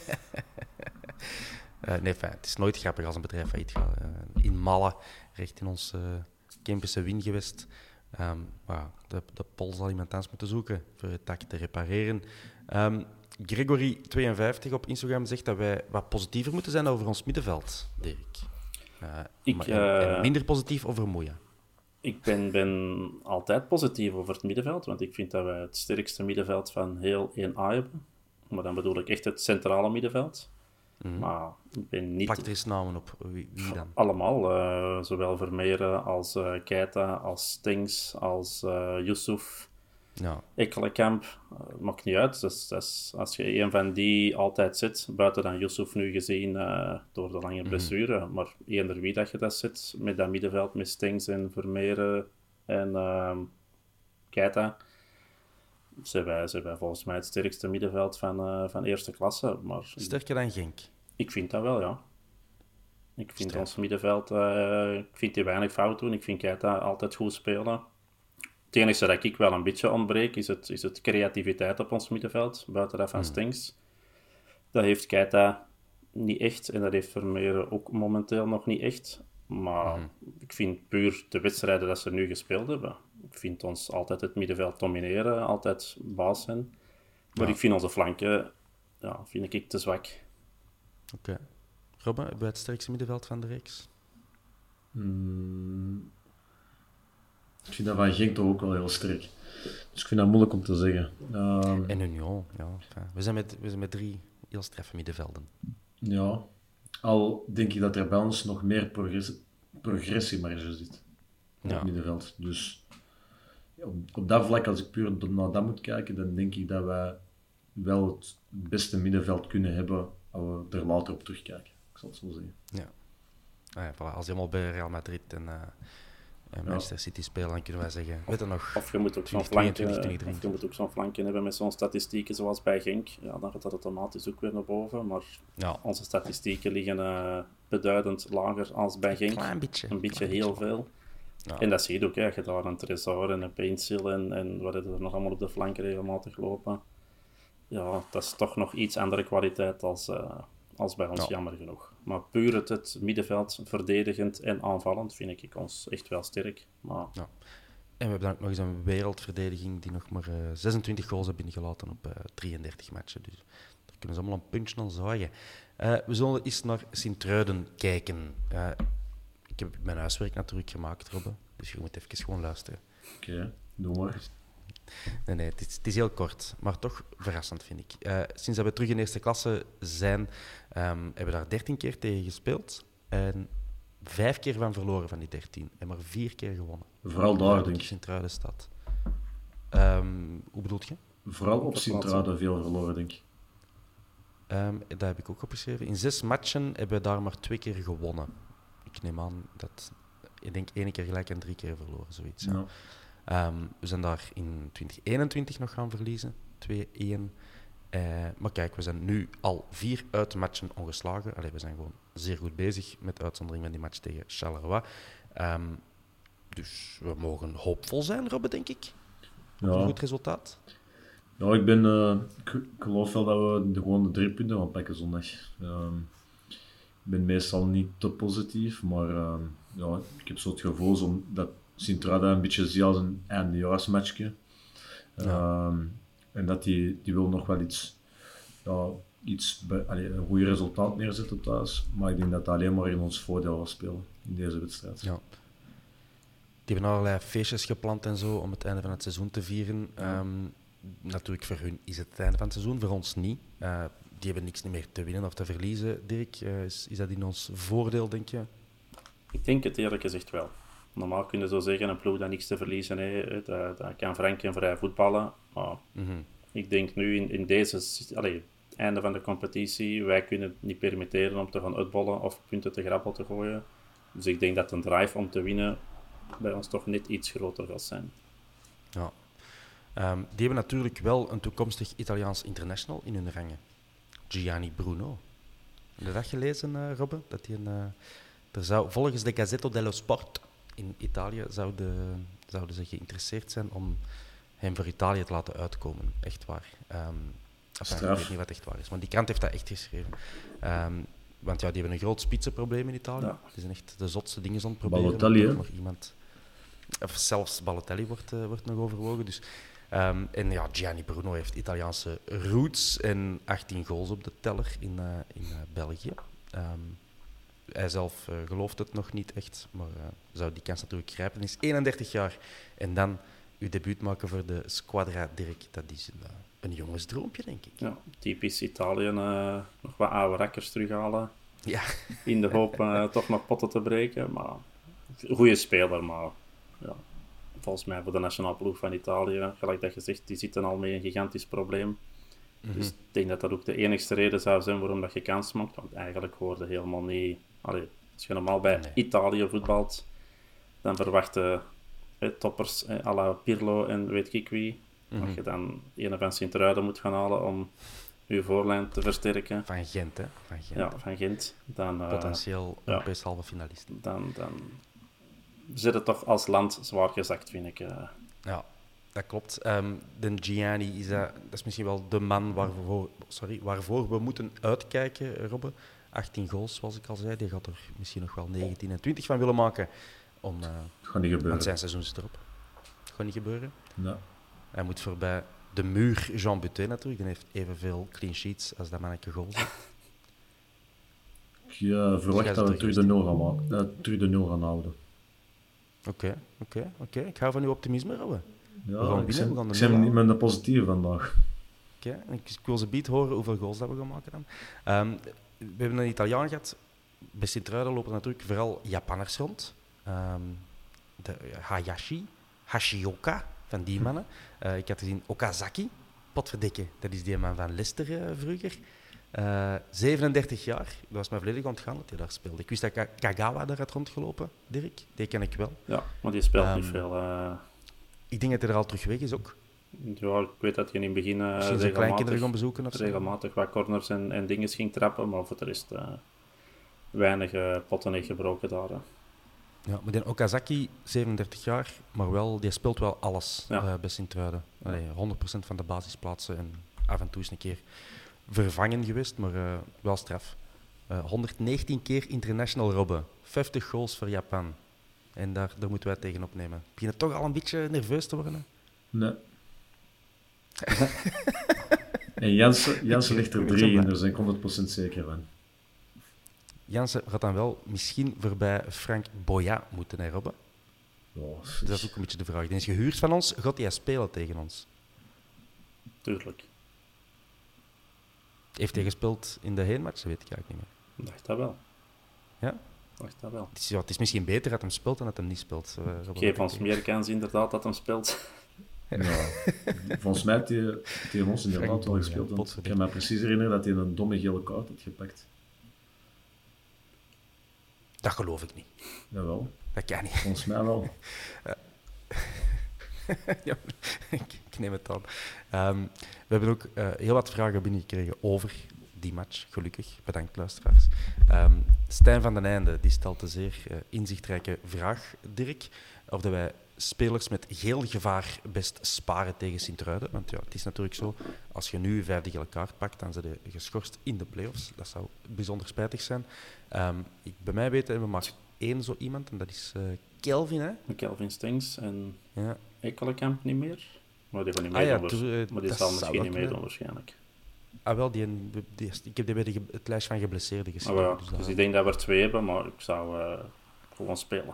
uh, nee, fijn, het is nooit grappig als een bedrijf failliet gaat. Uh, in Malle, recht in ons uh, campus Win geweest. Um, wow, de, de Pol zal iemand anders moeten zoeken voor het dak te repareren. Um, Gregory tweeënvijftig op Instagram zegt dat wij wat positiever moeten zijn over ons middenveld, Dirk. Uh, ik, maar, en, en minder positief over Moeja. Ik ben, ben altijd positief over het middenveld, want ik vind dat wij het sterkste middenveld van heel één A hebben. Maar dan bedoel ik echt het centrale middenveld. Mm-hmm. Maar ik ben niet... Plak er eens namen op. Wie, wie dan? Allemaal. Uh, zowel Vermeeren als uh, Keita, als Stengs, als uh, Yusuf, ja. Ekkelenkamp. Uh, maakt niet uit. Dus, dus als je een van die altijd zit, buiten dan Yusuf nu gezien uh, door de lange blessure, mm-hmm. maar eender wie dat je dat zit, met dat middenveld met Stengs en Vermeeren en uh, Keita, zijn wij, zijn wij volgens mij het sterkste middenveld van, uh, van eerste klasse. Maar sterker dan Genk? Ik vind dat wel, ja. Ik vind Sterk. ons middenveld, uh, ik vind die weinig fout doen. Ik vind Keita altijd goed spelen. Het het enige dat ik wel een beetje ontbreek, is het, is het creativiteit op ons middenveld, buiten dat van Stengs. Dat heeft Keita niet echt, en dat heeft Vermeer ook momenteel nog niet echt. Maar mm. ik vind puur de wedstrijden dat ze nu gespeeld hebben, ik vind ons altijd het middenveld domineren, altijd baas zijn. Maar ja. ik vind onze flanken, ja, vind ik te zwak. Oké. Okay. Robben, hebben wij het sterkste middenveld van de reeks? Mm. Ik vind dat van Genk toch ook wel heel sterk. Dus ik vind dat moeilijk om te zeggen. Um, en Union, ja. We zijn, met, we zijn met drie heel straffe middenvelden. Ja, al denk ik dat er bij ons nog meer progressie, progressiemarge zit op ja. het middenveld. Dus op, op dat vlak, als ik puur naar dat moet kijken, dan denk ik dat wij wel het beste middenveld kunnen hebben als we er later op terugkijken. Ik zal het zo zeggen. Ja. Ah ja, voilà. Als je helemaal bij Real Madrid en, uh, en Manchester ja. City spelen, dan kunnen wij zeggen, weet je nog, of je moet ook zo'n flankje, of je moet ook zo'n flankje hebben met zo'n statistieken zoals bij Genk. Ja, dan gaat dat automatisch ook weer naar boven. Maar ja. onze statistieken liggen uh, beduidend lager als bij Genk. Klein beetje. Een beetje heel beetje. veel. Ja. En dat zie je ook, ja. Je daar een Tresor en een Paintsil en, en wat er nog allemaal op de flanken regelmatig lopen. Ja, dat is toch nog iets andere kwaliteit als... Uh, als bij ons, ja. jammer genoeg. Maar puur het, het middenveld, verdedigend en aanvallend, vind ik ons echt wel sterk. Maar... Ja. En we hebben dan ook nog eens een wereldverdediging die nog maar uh, zesentwintig goals hebben binnengelaten op uh, drieëndertig matchen. Dus daar kunnen ze allemaal een puntje aan zwaaien. Uh, we zullen eens naar Sint-Truiden kijken. Uh, ik heb mijn huiswerk natuurlijk gemaakt, Robbe. Dus je moet even gewoon luisteren. Oké, okay, doe maar. Nee, nee, het is, het is heel kort, maar toch verrassend, vind ik. Uh, sinds dat we terug in eerste klasse zijn, um, hebben we daar dertien keer tegen gespeeld. En vijf keer van verloren van die dertien. En maar vier keer gewonnen. Vooral daar, denk ik. Sint-Truiden stad. Um, hoe bedoel je? Vooral op Sint-Truiden veel verloren, denk ik. Um, dat heb ik ook opgeschreven. In zes matchen hebben we daar maar twee keer gewonnen. Ik neem aan dat... Ik denk één keer gelijk en drie keer verloren, zoiets. Ja. Ja. Um, we zijn daar in twintig eenentwintig nog gaan verliezen, twee-een. Uh, maar kijk, we zijn nu al vier uitmatchen ongeslagen. Allee, we zijn gewoon zeer goed bezig met de uitzondering van die match tegen Charleroi. Um, dus we mogen hoopvol zijn, Robbe, denk ik. Ja. Een goed resultaat. Ja, ik, ben, uh, ik geloof wel dat we de, gewoon de drie punten gaan pakken zondag. Um, ik ben meestal niet te positief, maar uh, ja, ik heb zo het gevoel om dat Sint-Truiden een beetje zie als een eindejaarsmatchje. Ja. Um, en dat die, die wil nog wel iets, ja, iets bij, allee, een goed resultaat neerzetten thuis. Maar ik denk dat dat alleen maar in ons voordeel was spelen in deze wedstrijd. Ja. Die hebben allerlei feestjes gepland en zo om het einde van het seizoen te vieren. Ja. Um, natuurlijk, voor hun is het het einde van het seizoen, voor ons niet. Uh, die hebben niks meer te winnen of te verliezen, Dirk. Uh, is, is dat in ons voordeel, denk je? Ik denk het eerlijk gezegd wel. Normaal kun je zo zeggen, een ploeg dat niks te verliezen heeft, dat, dat kan frank en vrij voetballen. Maar mm-hmm. ik denk nu in, in deze, allee, einde van de competitie, wij kunnen het niet permitteren om te gaan uitbollen of punten te grabbel te gooien. Dus ik denk dat een drive om te winnen bij ons toch net iets groter gaat zijn. Ja. Um, die hebben natuurlijk wel een toekomstig Italiaans international in hun rangen. Gianni Bruno. Heb je dat gelezen, uh, Robbe? Dat die een, uh, er zou, volgens de Gazzetta dello Sport in Italië zouden, zouden ze geïnteresseerd zijn om hem voor Italië te laten uitkomen. Echt waar. Um, enfin, ik weet niet wat echt waar is, maar die krant heeft dat echt geschreven. Um, want ja, die hebben een groot spitsenprobleem in Italië. Ja. Die zijn echt de zotste dingen aan het proberen. Balotelli, hè? Nog iemand, of zelfs Balotelli wordt, uh, wordt nog overwogen. Dus, um, en ja, Gianni Bruno heeft Italiaanse roots en achttien goals op de teller in, uh, in uh, België. Um, Hij zelf uh, gelooft het nog niet echt, maar uh, zou die kans natuurlijk grijpen. Hij is eenendertig jaar en dan uw debuut maken voor de Squadra, Dirk. Dat is een, uh, een jongensdroompje, denk ik. Ja, typisch Italië. Uh, nog wat oude rakkers terughalen. Ja. In de hoop uh, toch nog potten te breken. Maar goede speler, maar ja, volgens mij voor de nationale ploeg van Italië, gelijk dat je zegt, die zitten al met een gigantisch probleem. Mm-hmm. Dus ik denk dat dat ook de enigste reden zou zijn waarom dat je kans maakt. Want eigenlijk hoorde helemaal niet... Allee, als je normaal bij nee. Italië voetbalt, dan verwachten eh, toppers eh, à la Pirlo en weet ik wie. Mm-hmm. Als je dan een van Sint-Truiden moet gaan halen om je voorlijn te versterken. Van Gent, hè? Van Gent. Ja, van Gent. Dan, uh, potentieel Europees ja. halve finalist. Dan, dan zit het toch als land zwaar gezakt, vind ik. Uh. Ja, dat klopt. Um, de Gianni is, dat, dat is misschien wel de man waarvoor, sorry, waarvoor we moeten uitkijken, Robbe. achttien goals, zoals ik al zei. Die gaat er misschien nog wel negentien en twintig van willen maken. Om, uh, gaat niet gebeuren. Want zijn seizoen zit erop. Dat gaat niet gebeuren. Ja. Hij moet voorbij de muur Jean Buté natuurlijk. Die heeft evenveel clean sheets als dat manneke goals heeft. Ik uh, verwacht dat we terug de nul gaan maken. Uh, terug de nul gaan houden. Oké, okay, oké, okay, oké. Okay. Ik hou van uw optimisme, Robbe. Ja, we gaan ik binnen, we gaan de ben niet met de positieve vandaag. Oké, okay. Ik wil ze beat horen hoeveel goals dat we gaan maken dan. Um, we hebben een Italiaan gehad. Bij Sint-Truiden lopen natuurlijk vooral Japanners rond. Um, de Hayashi, Hashioka, van die mannen. Uh, ik had gezien Okazaki, potverdikke, dat is die man van Leicester uh, vroeger. Uh, zevenendertig jaar, dat was mij volledig ontgaan dat hij daar speelde. Ik wist dat Kagawa daar had rondgelopen, Dirk. Die ken ik wel. Ja, maar die speelt um, niet veel. Uh... Ik denk dat hij er al terug weg is ook. Ja, ik weet dat hij in het begin uh, Misschien zijn kleinkinderen gaan bezoeken of zo. Regelmatig wat corners en, en dingen ging trappen, maar voor de rest uh, weinig uh, potten heeft gebroken daar. Uh. Ja, maar die Okazaki, zevenendertig jaar, maar wel, die speelt wel alles ja. uh, bij Sint-Truiden. Allee, honderd procent van de basisplaatsen en af en toe is een keer vervangen geweest, maar uh, wel straf. Uh, honderdnegentien keer international Robben, vijftig goals voor Japan. En daar, daar moeten wij tegen opnemen. Begin je toch al een beetje nerveus te worden? Nee. En Jansen, Jansen ligt er drie in, daar ben ik honderd procent zeker van. Jansen gaat dan wel misschien voorbij Frank Boya moeten, hè, Robben? Oh, dat is ook een beetje de vraag. Die is gehuurd van ons, gaat hij spelen tegen ons? Tuurlijk. Heeft hij gespeeld in de heenmatch? Dat weet ik eigenlijk niet meer. Ik dacht dat wel. Ja? Ik dacht dat wel. Het is, ja, het is misschien beter dat hij speelt dan dat hij niet speelt. Uh, Geef ons meer kans inderdaad dat hij speelt. Ja, volgens mij heeft hij tegen ons inderdaad wel gespeeld. Want ik kan me precies herinneren dat hij een domme gele kaart had gepakt. Dat geloof ik niet. Jawel. Dat kan niet. Volgens mij wel. Ja, ik, ik neem het aan. Um, we hebben ook uh, heel wat vragen binnengekregen over die match, gelukkig. Bedankt, luisteraars. Um, Stijn van den Einde die stelt een zeer uh, inzichtrijke vraag, Dirk. Of dat wij spelers met geel gevaar best sparen tegen Sint-Truiden. Want ja, het is natuurlijk zo, als je nu je vijfde gele kaart pakt, dan zijn ze geschorst in de play-offs. Dat zou bijzonder spijtig zijn. Um, ik, bij mij weten hebben we maar één zo iemand, en dat is uh, Kelvin, hè? Kelvin Stings en ja. Ekkelenkamp niet meer. Maar die, niet ah, ja, dus, to, maar die zal misschien niet meedoen waarschijnlijk. Ah wel, die, die, ik heb die bij de, het lijst van geblesseerden gezien. Ah, ja. Dus, dus ik denk dat we er twee hebben, maar ik zou uh, gewoon spelen.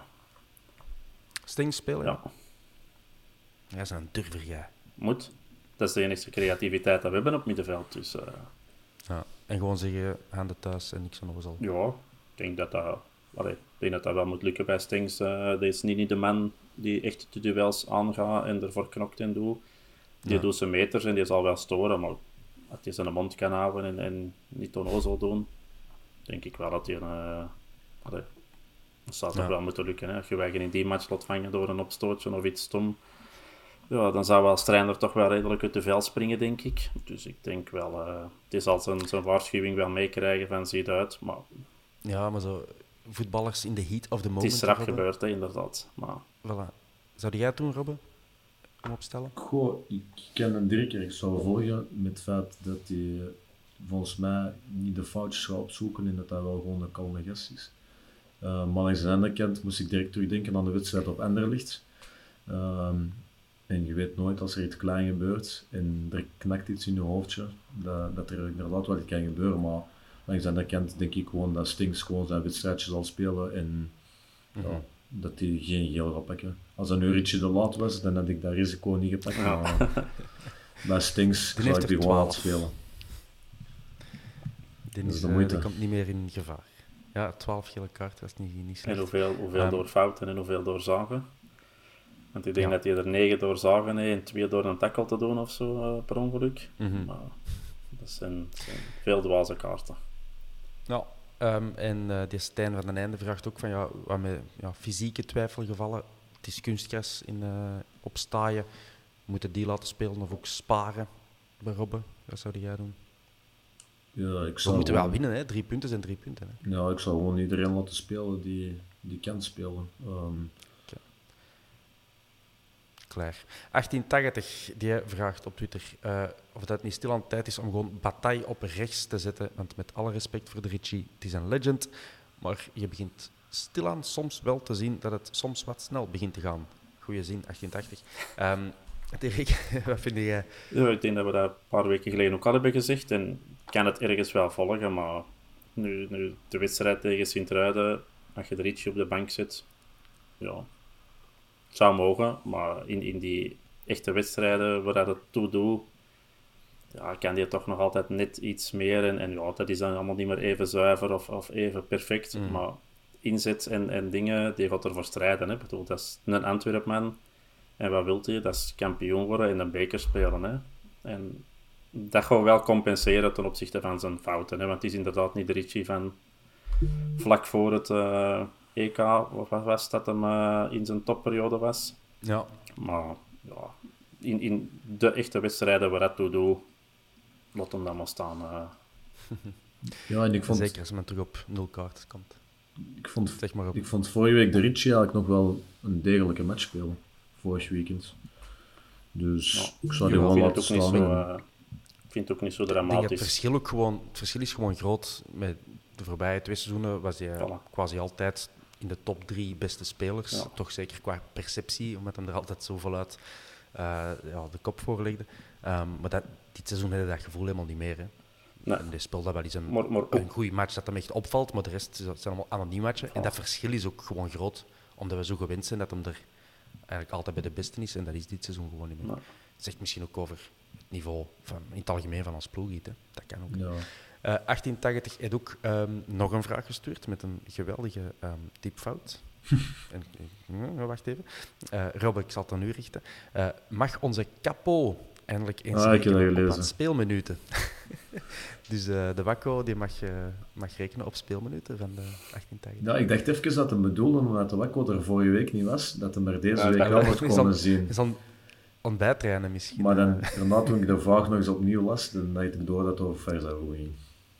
Stings spelen? Ja. Jij is een durver, jij. Moet. Dat is de enige creativiteit dat we hebben op middenveld. Dus, uh... ja. En gewoon zeggen, handen thuis en niks van onnozel. Ja, ik denk dat dat... Allee, ik denk dat dat wel moet lukken bij Stings. Uh, die is niet, niet de man die echt de duels aangaat en ervoor knokt en doet. Die ja. doet zijn meters en die zal wel storen, maar als hij zijn mond kan houden en, en niet onnozel doen, denk ik wel dat hij... Uh, allee, dat zou toch ja. wel moeten lukken. Hè? Als je wij in die match laat vangen door een opstootje of iets stom, ja, dan zou we als trainer toch wel redelijk uit de vel springen, denk ik. Dus ik denk wel... Uh, het zal zijn, zijn waarschuwing wel meekrijgen van ziet uit, maar... Ja, maar zo... Voetballers in de heat of the moment. Het is straf gebeurd, hè, inderdaad. Maar... Voilà. Zou jij het doen, Robbe? Om opstellen? Goh, ik ken een Dirk erg zou volgen met het feit dat hij volgens mij niet de foutjes gaat opzoeken en dat hij wel gewoon een kalme gast is. Uh, maar langs de andere kant moest ik direct terugdenken aan de wedstrijd op Anderlecht. Um, en je weet nooit als er iets klein gebeurt en er knakt iets in je hoofdje, dat, dat er inderdaad wat kan gebeuren. Maar langs de andere kant denk ik gewoon dat Stings gewoon zijn wedstrijdje zal spelen en mm-hmm. ja, dat hij geen geel gaat pakken. Als een euretje te laat was, dan had ik dat risico niet gepakt. Ja. Maar bij Stings zou ik die gewoon laten spelen. Die is, uh, die komt niet meer in gevaar. Ja, twaalf gele kaarten, dat is niet, niet slecht. En hoeveel, hoeveel um, door fouten en hoeveel door zagen? Want ik denk ja. dat hij er negen door zagen heeft en twee door een tackle te doen of zo, uh, per ongeluk. Mm-hmm. Maar dat zijn, zijn veel dwaze kaarten. Nou, um, en uh, die Stijn van den Einde vraagt ook van ja, wat met ja, fysieke twijfelgevallen. Het is kunstgras in, uh, op staaien. Moeten die laten spelen of ook sparen bij Robben? Wat zou jij doen? Ja, ik zou We moeten gewoon... wel winnen, hè? Drie punten zijn drie punten. Hè? Ja, ik zou gewoon iedereen laten spelen die, die kan spelen. Um... Okay. klaar. achttien tachtig, die vraagt op Twitter uh, of dat niet stil aan tijd is om gewoon Bataille op rechts te zetten. Want met alle respect voor de Ricci, het is een legend. Maar je begint stilaan soms wel te zien dat het soms wat snel begint te gaan. Goeie zin, achttien tachtig. Um, Dirk, wat vind jij? Ja, ik denk dat we dat een paar weken geleden ook al hebben gezegd. En ik kan het ergens wel volgen, maar nu, nu de wedstrijd tegen Sint-Truiden, als je de Ricci op de bank zet, ja, het zou mogen. Maar in, in die echte wedstrijden waar dat het toe doet, ja, kan die toch nog altijd net iets meer. En, en ja, dat is dan allemaal niet meer even zuiver of, of even perfect. Mm. Maar inzet en, en dingen, die gaat ervoor strijden. Hè. Ik bedoel, dat is een Antwerpman. En wat wil hij? Dat is kampioen worden en een beker spelen. Hè. En dat gaat wel compenseren ten opzichte van zijn fouten. Hè. Want het is inderdaad niet de Ricci van vlak voor het uh, E K, of wat was dat hem uh, in zijn topperiode was. Ja. Maar ja, in, in de echte wedstrijden waar dat toe doet, laat hem dan maar staan. Uh. Ja, en ik vond... Zeker als men terug op nul kaart komt. Ik vond, zeg maar op. ik vond vorige week de Ricci eigenlijk nog wel een degelijke match spelen. Vorig weekend. Dus ja, ik zou die wel laten staan. Zo, uh, ik vind het ook niet zo dramatisch. Ik denk het, verschil ook gewoon, het verschil is gewoon groot. Met de voorbije twee seizoenen was hij voilà. quasi altijd in de top drie beste spelers. Ja. Toch zeker qua perceptie, omdat hem er altijd zo voluit uh, ja, de kop voor legde. Um, maar dat, dit seizoen had je dat gevoel helemaal niet meer. Hè. Nee. En die speelt dat wel eens een, maar, maar een goede match dat hem echt opvalt, maar de rest zijn allemaal anoniem matchen. Ja. En dat verschil is ook gewoon groot, omdat we zo gewend zijn dat hem er eigenlijk altijd bij de beste is. En dat is dit seizoen gewoon niet meer. Nee. Dat zegt misschien ook over het niveau van, in het algemeen van ons ploeg. Hè. Dat kan ook. Ja. Uh, achttien tachtig heeft ook um, nog een vraag gestuurd met een geweldige um, typfout. en, uh, wacht even. Uh, Rob, ik zal het aan u richten. Uh, mag onze capo eindelijk eens ah, rekenen op wat speelminuten? Dus uh, de Wakko die mag, uh, mag rekenen op speelminuten van de achttien tachtig. Ja, ik dacht even dat hem bedoelde, omdat de Wakko er vorige week niet was, dat hem er deze ja, week wel wordt komen zien. Is aan, aan bijtrainen misschien. Maar dan, daarna, toen ik de vraag nog eens opnieuw las, dan had ik door dat het over Verzailles ging.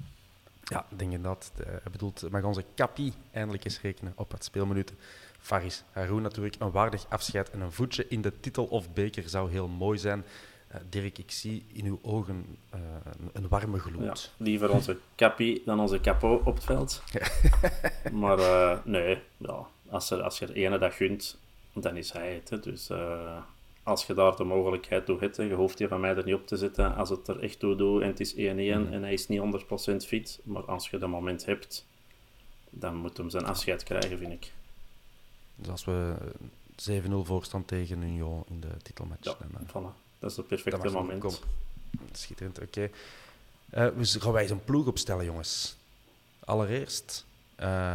Ja, ik denk inderdaad. Hij bedoelt, mag onze Kapi eindelijk eens rekenen op wat speelminuten. Faris Haroun natuurlijk, een waardig afscheid en een voetje in de titel of beker zou heel mooi zijn. Uh, Dirk, ik zie in uw ogen uh, een, een warme gloed. Ja, liever onze Kapi dan onze Capo op het veld. Maar uh, nee, ja, als, er, als je er ene dag gunt, dan is hij het. Hè. Dus uh, als je daar de mogelijkheid toe hebt, hè, je hoeft je van mij er niet op te zetten als het er echt toe doet en het is één-één mm. en hij is niet honderd procent fit. Maar als je dat moment hebt, dan moet hem zijn afscheid krijgen, vind ik. Dus als we zeven nul voorstand tegen Union in de titelmatch. Ja, dan, uh, voilà. Dat is het perfecte moment. Schitterend, oké. Okay. Uh, dus gaan wij eens een ploeg opstellen, jongens. Allereerst, uh,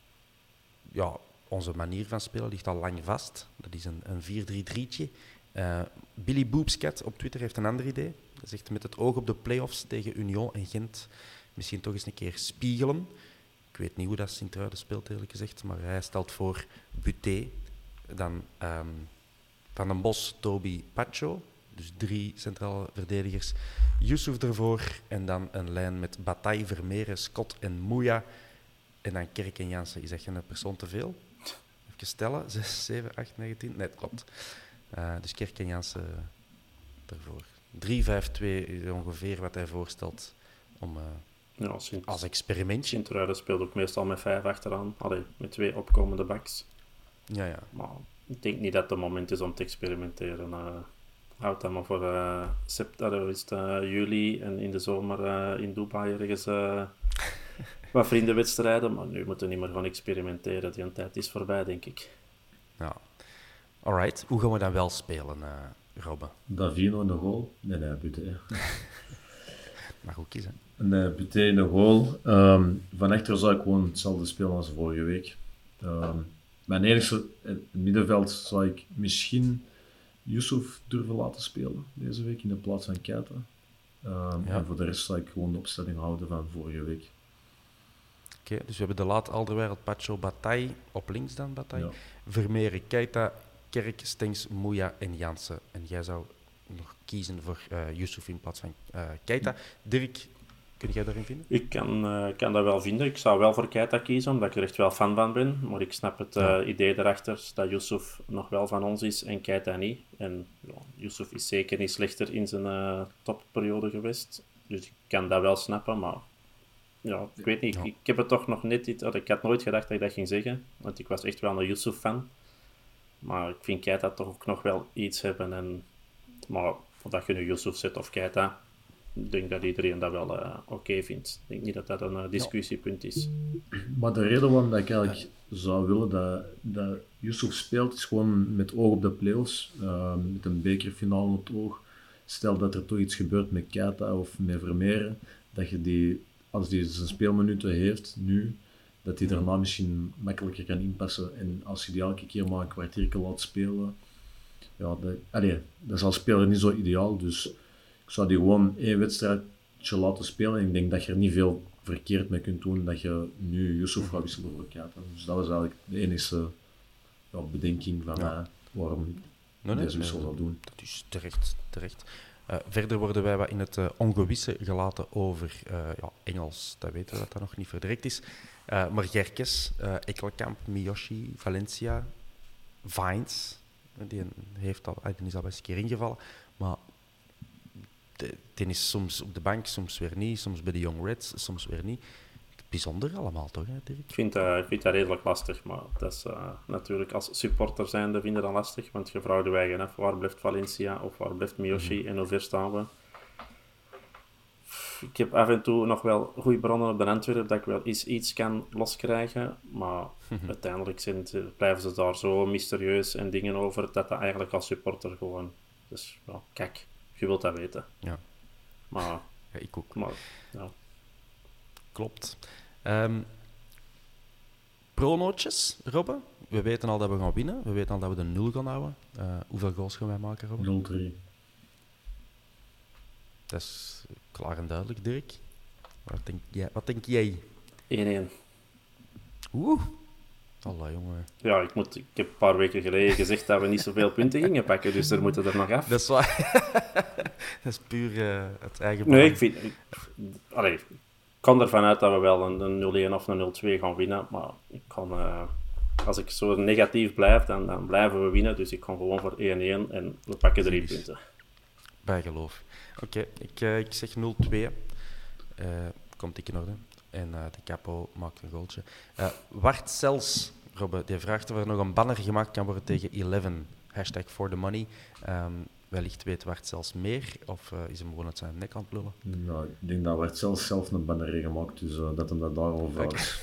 ja, onze manier van spelen ligt al lang vast. Dat is een, een vier drie drietje. Uh, Billy Boopscat op Twitter heeft een ander idee. Hij zegt met het oog op de play-offs tegen Union en Gent misschien toch eens een keer spiegelen. Ik weet niet hoe dat Sint-Truiden speelt, eerlijk gezegd, maar hij stelt voor Buté, dan um, Van den Bos, Toby, Pacho. Dus drie centrale verdedigers. Yusuf ervoor. En dan een lijn met Bataille, Vermeeren, Scott en Mouya. En dan Kerk en Jansen. Is dat geen persoon te veel? Even stellen. zes, zeven, acht, negen, tien. Nee, het klopt. Uh, dus Kerk en Jansen ervoor. drie vijf twee is ongeveer wat hij voorstelt om, uh, ja, Sint- als experimentje. Sint-Truiden speelt ook meestal met vijf achteraan. Allee, met twee opkomende backs. Ja, ja. Maar ik denk niet dat het moment is om te experimenteren. Uh, Houd dat maar voor uh, september, is het, uh, juli en in de zomer uh, in Dubai ergens uh, wat vriendenwedstrijden. Maar nu moeten we niet meer gaan experimenteren. Die tijd is voorbij, denk ik. Ja. Alright. Hoe gaan we dan wel spelen, uh, Robbe? Davino in de goal. Nee, nee, Buté. Mag ook kiezen. Nee, Buté in de goal. Um, van achter zou ik gewoon hetzelfde spelen als vorige week. Um, mijn enige middenveld zou ik misschien Yusuf durven laten spelen deze week in de plaats van Keita. Um, ja. En voor de rest zou ik gewoon de opstelling houden van vorige week. Oké, okay, dus we hebben de laat Alderweireld, Pacho, Bataille, op links dan Bataille, ja. Vermeeren, Keita, Kerk, Stengs, Mouya en Jansen. En jij zou nog kiezen voor uh, Yusuf in plaats van uh, Keita. Dirk, Kun jij daarin vinden? Ik kan, uh, kan dat wel vinden. Ik zou wel voor Keita kiezen, omdat ik er echt wel fan van ben. Maar ik snap het uh, ja. idee erachter dat Yusuf nog wel van ons is en Keita niet. En ja, Yusuf is zeker niet slechter in zijn uh, topperiode geweest. Dus ik kan dat wel snappen, maar... Ja, ik weet niet. Ja. Ik, ik heb het toch nog net niet... Ik had nooit gedacht dat ik dat ging zeggen. Want ik was echt wel een Yusuf-fan. Maar ik vind Keita toch ook nog wel iets hebben. En, maar of dat je nu Yusuf zet of Keita... Ik denk dat iedereen dat wel uh, oké okay vindt. Ik denk niet dat dat een uh, discussiepunt is. Maar de reden waarom dat ik eigenlijk zou willen dat, dat Yusuf speelt, is gewoon met oog op de play-offs. Uh, met een bekerfinale op het oog. Stel dat er toch iets gebeurt met Keita of met Vermeeren, dat je die, als die zijn speelminuten heeft nu, dat hij daarna misschien makkelijker kan inpassen. En als je die elke keer maar een kwartiertje laat spelen, ja, dat, allee, dat is als speler niet zo ideaal. Dus ik zou die gewoon één wedstrijdje laten spelen. En ik denk dat je er niet veel verkeerd mee kunt doen dat je nu Yusuf gaat wisselen voor Keita. Dus dat was eigenlijk de enige ja, bedenking van ja. mij waarom ik nee, deze wissel nee, zou doen. Dat is terecht. terecht. Uh, verder worden wij wat in het uh, ongewisse gelaten over uh, ja, Engels. Dat weten we dat dat nog niet verdirect is. Uh, maar Gerkes, uh, Ekkelkamp, Miyoshi, Valencia, Vines. Die, heeft al, die is al eens een keer ingevallen. Maar de, die is soms op de bank, soms weer niet. Soms bij de Young Reds, soms weer niet. Bijzonder allemaal, toch, hè, Dirk? Ik vind, uh, ik vind dat redelijk lastig, maar dat is uh, natuurlijk als supporter zijnde vind je dat lastig, want je vraagt je eigen af, waar blijft Valencia of waar blijft Miyoshi mm-hmm. en hoe ver staan we? Ik heb af en toe nog wel goede bronnen op de Antwerpen dat ik wel eens iets kan loskrijgen, maar mm-hmm. uiteindelijk zijn, blijven ze daar zo mysterieus en dingen over, dat dat eigenlijk als supporter gewoon... Dus, ja, kijk, je wilt dat weten. Ja. Maar... Ja, ik ook. Maar, ja. Klopt. Um, Pronootjes, Robbe. We weten al dat we gaan winnen. We weten al dat we de nul gaan houden. Uh, hoeveel goals gaan wij maken, Robbe? nul drie. Dat is klaar en duidelijk, Dirk. Wat denk jij? Wat denk jij? één-één. Oeh. Allah, jongen. Ja, ik, moet, ik heb een paar weken geleden gezegd dat we niet zoveel punten gingen pakken, dus er moeten er nog af. Dat is waar. Dat is puur uh, het eigen belang. Nee, ik vind... Ik, allee, ik kan ervan uit dat we wel een, een nul-één of een nul-twee gaan winnen, maar ik kan, uh, als ik zo negatief blijf, dan, dan blijven we winnen. Dus ik ga gewoon voor één-één en we pakken drie Precies. punten. Bijgeloof. Oké, okay, ik, uh, ik zeg nul-twee. Uh, komt ik in orde. En uh, de capo maakt een goaltje. Uh, Wart Cels, Robbe, die vraagt of er nog een banner gemaakt kan worden tegen elf. Hashtag for the money. Um, wellicht weet Wart zelfs meer, of uh, is hem gewoon uit zijn nek aan het lullen? Nou, ik denk dat Wart zelfs zelf een banner heeft gemaakt, dus uh, dat hem dat daarover okay. is.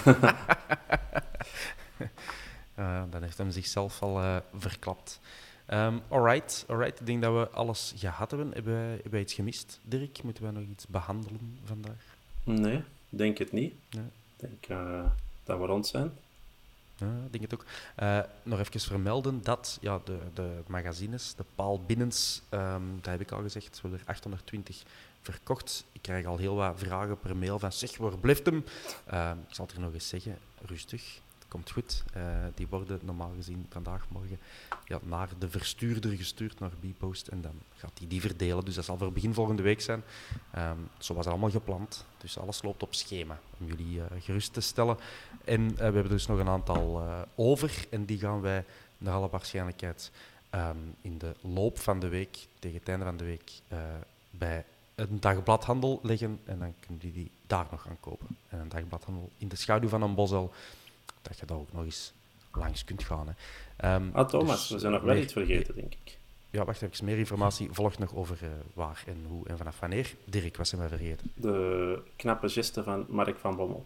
uh, dan heeft hem zichzelf al uh, verklapt. Um, alright, alright, ik denk dat we alles gehad hebben. Hebben wij, hebben wij iets gemist, Dirk? Moeten wij nog iets behandelen vandaag? Nee, denk het niet. Nee. Ik denk uh, dat we rond zijn. Ja, ik denk het ook. Uh, nog even vermelden dat ja, de, de magazines, de Paal Binnens, um, dat heb ik al gezegd, we hebben er achthonderdtwintig verkocht. Ik krijg al heel wat vragen per mail van zeg, waar blijft hem? Uh, ik zal het er nog eens zeggen, rustig. Komt goed. Uh, die worden normaal gezien vandaag, morgen ja, naar de verstuurder gestuurd, naar Bpost. En dan gaat hij die verdelen. Dus dat zal voor begin volgende week zijn. Um, zo was het allemaal gepland. Dus alles loopt op schema, om jullie uh, gerust te stellen. En uh, we hebben dus nog een aantal uh, over. En die gaan wij naar alle waarschijnlijkheid um, in de loop van de week, tegen het einde van de week, uh, bij een dagbladhandel leggen. En dan kunnen jullie die daar nog gaan kopen. En een dagbladhandel in de schaduw van een bosel, dat je daar ook nog eens langs kunt gaan. Hè. Um, ah, Thomas, dus, we zijn nog wel iets vergeten, denk ik. Ja, wacht even. Meer informatie volgt nog over uh, waar en hoe en vanaf wanneer. Dirk, wat zijn wij vergeten? De knappe geste van Mark van Bommel.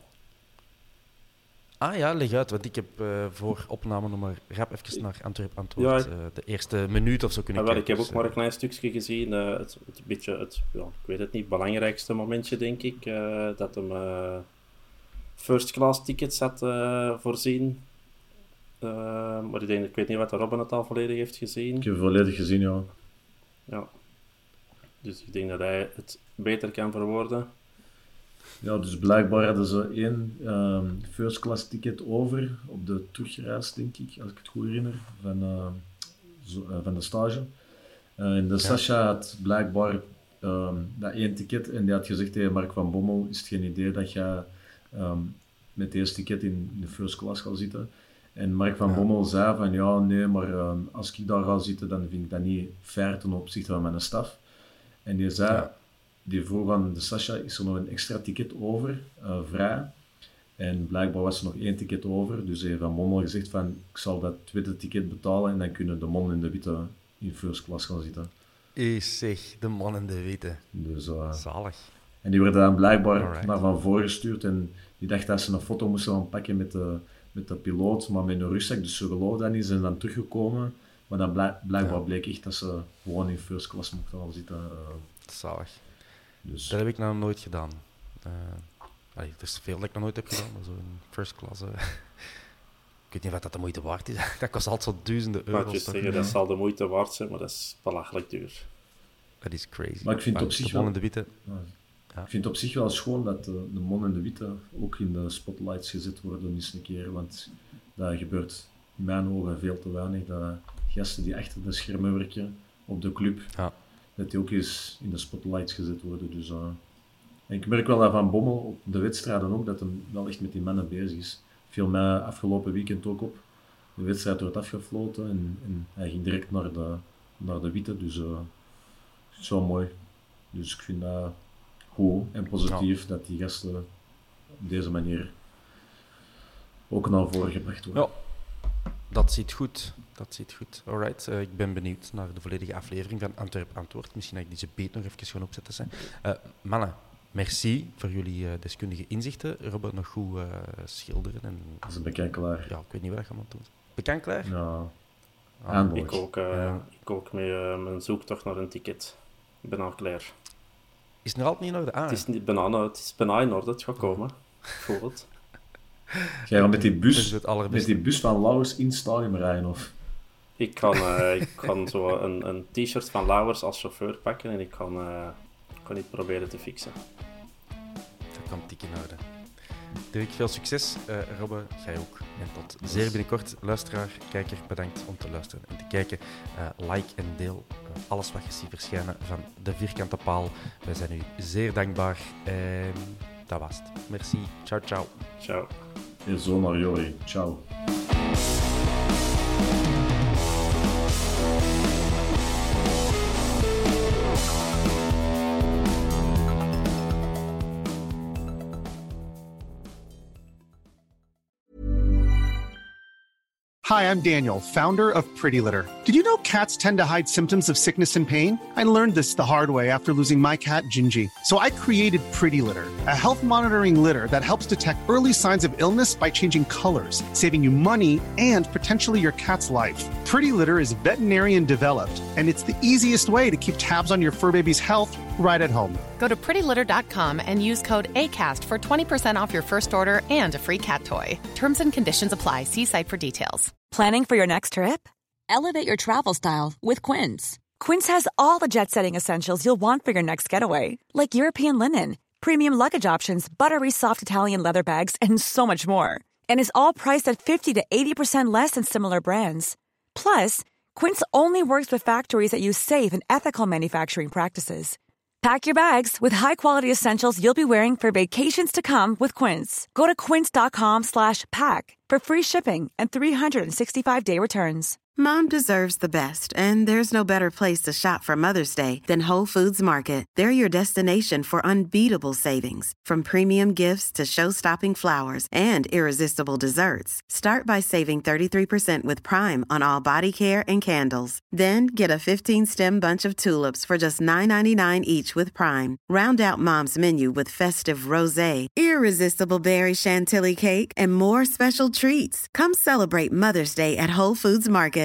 Ah ja, leg uit, want ik heb uh, voor opname nog maar rap even naar Antwerp antwoord. Ja, uh, de eerste minuut of zo kunnen ah, wel, kijken. Ik heb ook maar een klein stukje gezien. Uh, het, het beetje, het, ja, ik weet het niet, belangrijkste momentje, denk ik. Uh, dat hem uh, first class tickets had uh, voorzien. Uh, maar ik, denk, ik weet niet wat de Robben het al volledig heeft gezien. Ik heb het volledig gezien, ja. Ja. Dus ik denk dat hij het beter kan verwoorden. Ja, dus blijkbaar hadden ze één um, first class ticket over op de terugreis, denk ik, als ik het goed herinner, van, uh, zo, uh, van de stage. Uh, en de ja. Sasha had blijkbaar um, dat één ticket en die had gezegd tegen Mark van Bommel, is het geen idee dat je um, met het eerste ticket in de first class gaat zitten. En Mark van ja. Bommel zei van ja, nee, maar um, als ik daar ga zitten, dan vind ik dat niet fair ten opzichte van mijn staf. En die zei, ja. die vroeg aan de Sascha, is er nog een extra ticket over, uh, vrij? En blijkbaar was er nog één ticket over, dus hij heeft van Bommel gezegd van ik zal dat tweede ticket betalen en dan kunnen de man en de witte in first class gaan zitten. Is zeg, de man en de witte. Dus, uh, zalig. En die werden dan blijkbaar Alright. naar Van Voor gestuurd en die dacht dat ze een foto moesten gaan pakken met de, met de piloot, maar met een rugzak, dus ze geloofden dat niet, ze zijn dan teruggekomen. Maar dan blijk, blijkbaar ja. bleek echt dat ze gewoon in first class mochten gaan zitten. Uh, zalig. Dus. Dat heb ik nou nooit gedaan. Uh, allee, er is veel dat ik nog nooit heb gedaan, maar zo in first class... Uh, ik weet niet wat dat de moeite waard is. Dat kost altijd zo duizenden euro's. Maar zeggen, dat zal de moeite waard zijn, maar dat is belachelijk duur. Dat is crazy. Maar ik vind het op zich wel... De witte, ja. Ja. Ik vind het op zich wel schoon dat de, de man en de witte ook in de spotlights gezet worden eens een keer, want dat gebeurt in mijn ogen veel te weinig. Dat gasten die achter de schermen werken op de club, ja. dat die ook eens in de spotlights gezet worden. Dus, uh, en ik merk wel dat Van Bommel op de wedstrijden ook, dat hij wel echt met die mannen bezig is. Viel mij afgelopen weekend ook op. De wedstrijd wordt afgefloten en, en hij ging direct naar de, naar de witte, dus uh, zo mooi. Dus ik vind dat goed en positief ja. dat die gasten op deze manier ook naar voren gebracht worden. Ja, dat ziet goed. Dat ziet goed. Alright, uh, ik ben benieuwd naar de volledige aflevering van Antwerp Antwoord. Misschien dat ik deze beet nog even gaan opzetten. Zijn. Uh, mannen, merci voor jullie uh, deskundige inzichten. Robbe, nog goed uh, schilderen. En... Dat is een bekendklaar. Ja, ik weet niet wat je allemaal doet. Bekendklaar? Ja. Ah, ik, ook, uh, ja. ik ook met uh, mijn zoektocht naar een ticket. Ik ben al klaar. Is het nog altijd niet in orde? Ah, het, is niet bijna, het is bijna in orde, het gaat komen. Ik voel het. Ga je met die bus, met die bus van Lauwers in het stadion rijden? Of? Ik kan, uh, ik kan zo een, een t-shirt van Lauwers als chauffeur pakken en ik kan, uh, kan niet proberen te fixen. Dat kan dik in orde. Dirk, veel succes. Uh, Robbe, jij ook. En tot zeer binnenkort. Luisteraar, kijker, bedankt om te luisteren en te kijken. Uh, like en deel uh, alles wat je ziet verschijnen van De Vierkante Paal. Wij zijn u zeer dankbaar. En dat was het. Merci. Ciao, ciao. Ciao. En zo naar Jori. Ciao. Hi, I'm Daniel, founder of Pretty Litter. Did you know cats tend to hide symptoms of sickness and pain? I learned this the hard way after losing my cat, Gingy. So I created Pretty Litter, a health monitoring litter that helps detect early signs of illness by changing colors, saving you money and potentially your cat's life. Pretty Litter is veterinarian developed, and it's the easiest way to keep tabs on your fur baby's health right at home. Go to pretty litter dot com and use code ACAST for twenty percent off your first order and a free cat toy. Terms and conditions apply. See site for details. Planning for your next trip? Elevate your travel style with Quince. Quince has all the jet-setting essentials you'll want for your next getaway, like European linen, premium luggage options, buttery soft Italian leather bags, and so much more. And is all priced at fifty to eighty percent less than similar brands. Plus, Quince only works with factories that use safe and ethical manufacturing practices. Pack your bags with high-quality essentials you'll be wearing for vacations to come with Quince. Go to quince dot com slash pack for free shipping and three sixty-five day returns. Mom deserves the best, and there's no better place to shop for Mother's Day than Whole Foods Market. They're your destination for unbeatable savings, from premium gifts to show-stopping flowers and irresistible desserts. Start by saving thirty-three percent with Prime on all body care and candles. Then get a fifteen-stem bunch of tulips for just nine ninety-nine each with Prime. Round out Mom's menu with festive rosé, irresistible berry chantilly cake, and more special treats. Come celebrate Mother's Day at Whole Foods Market.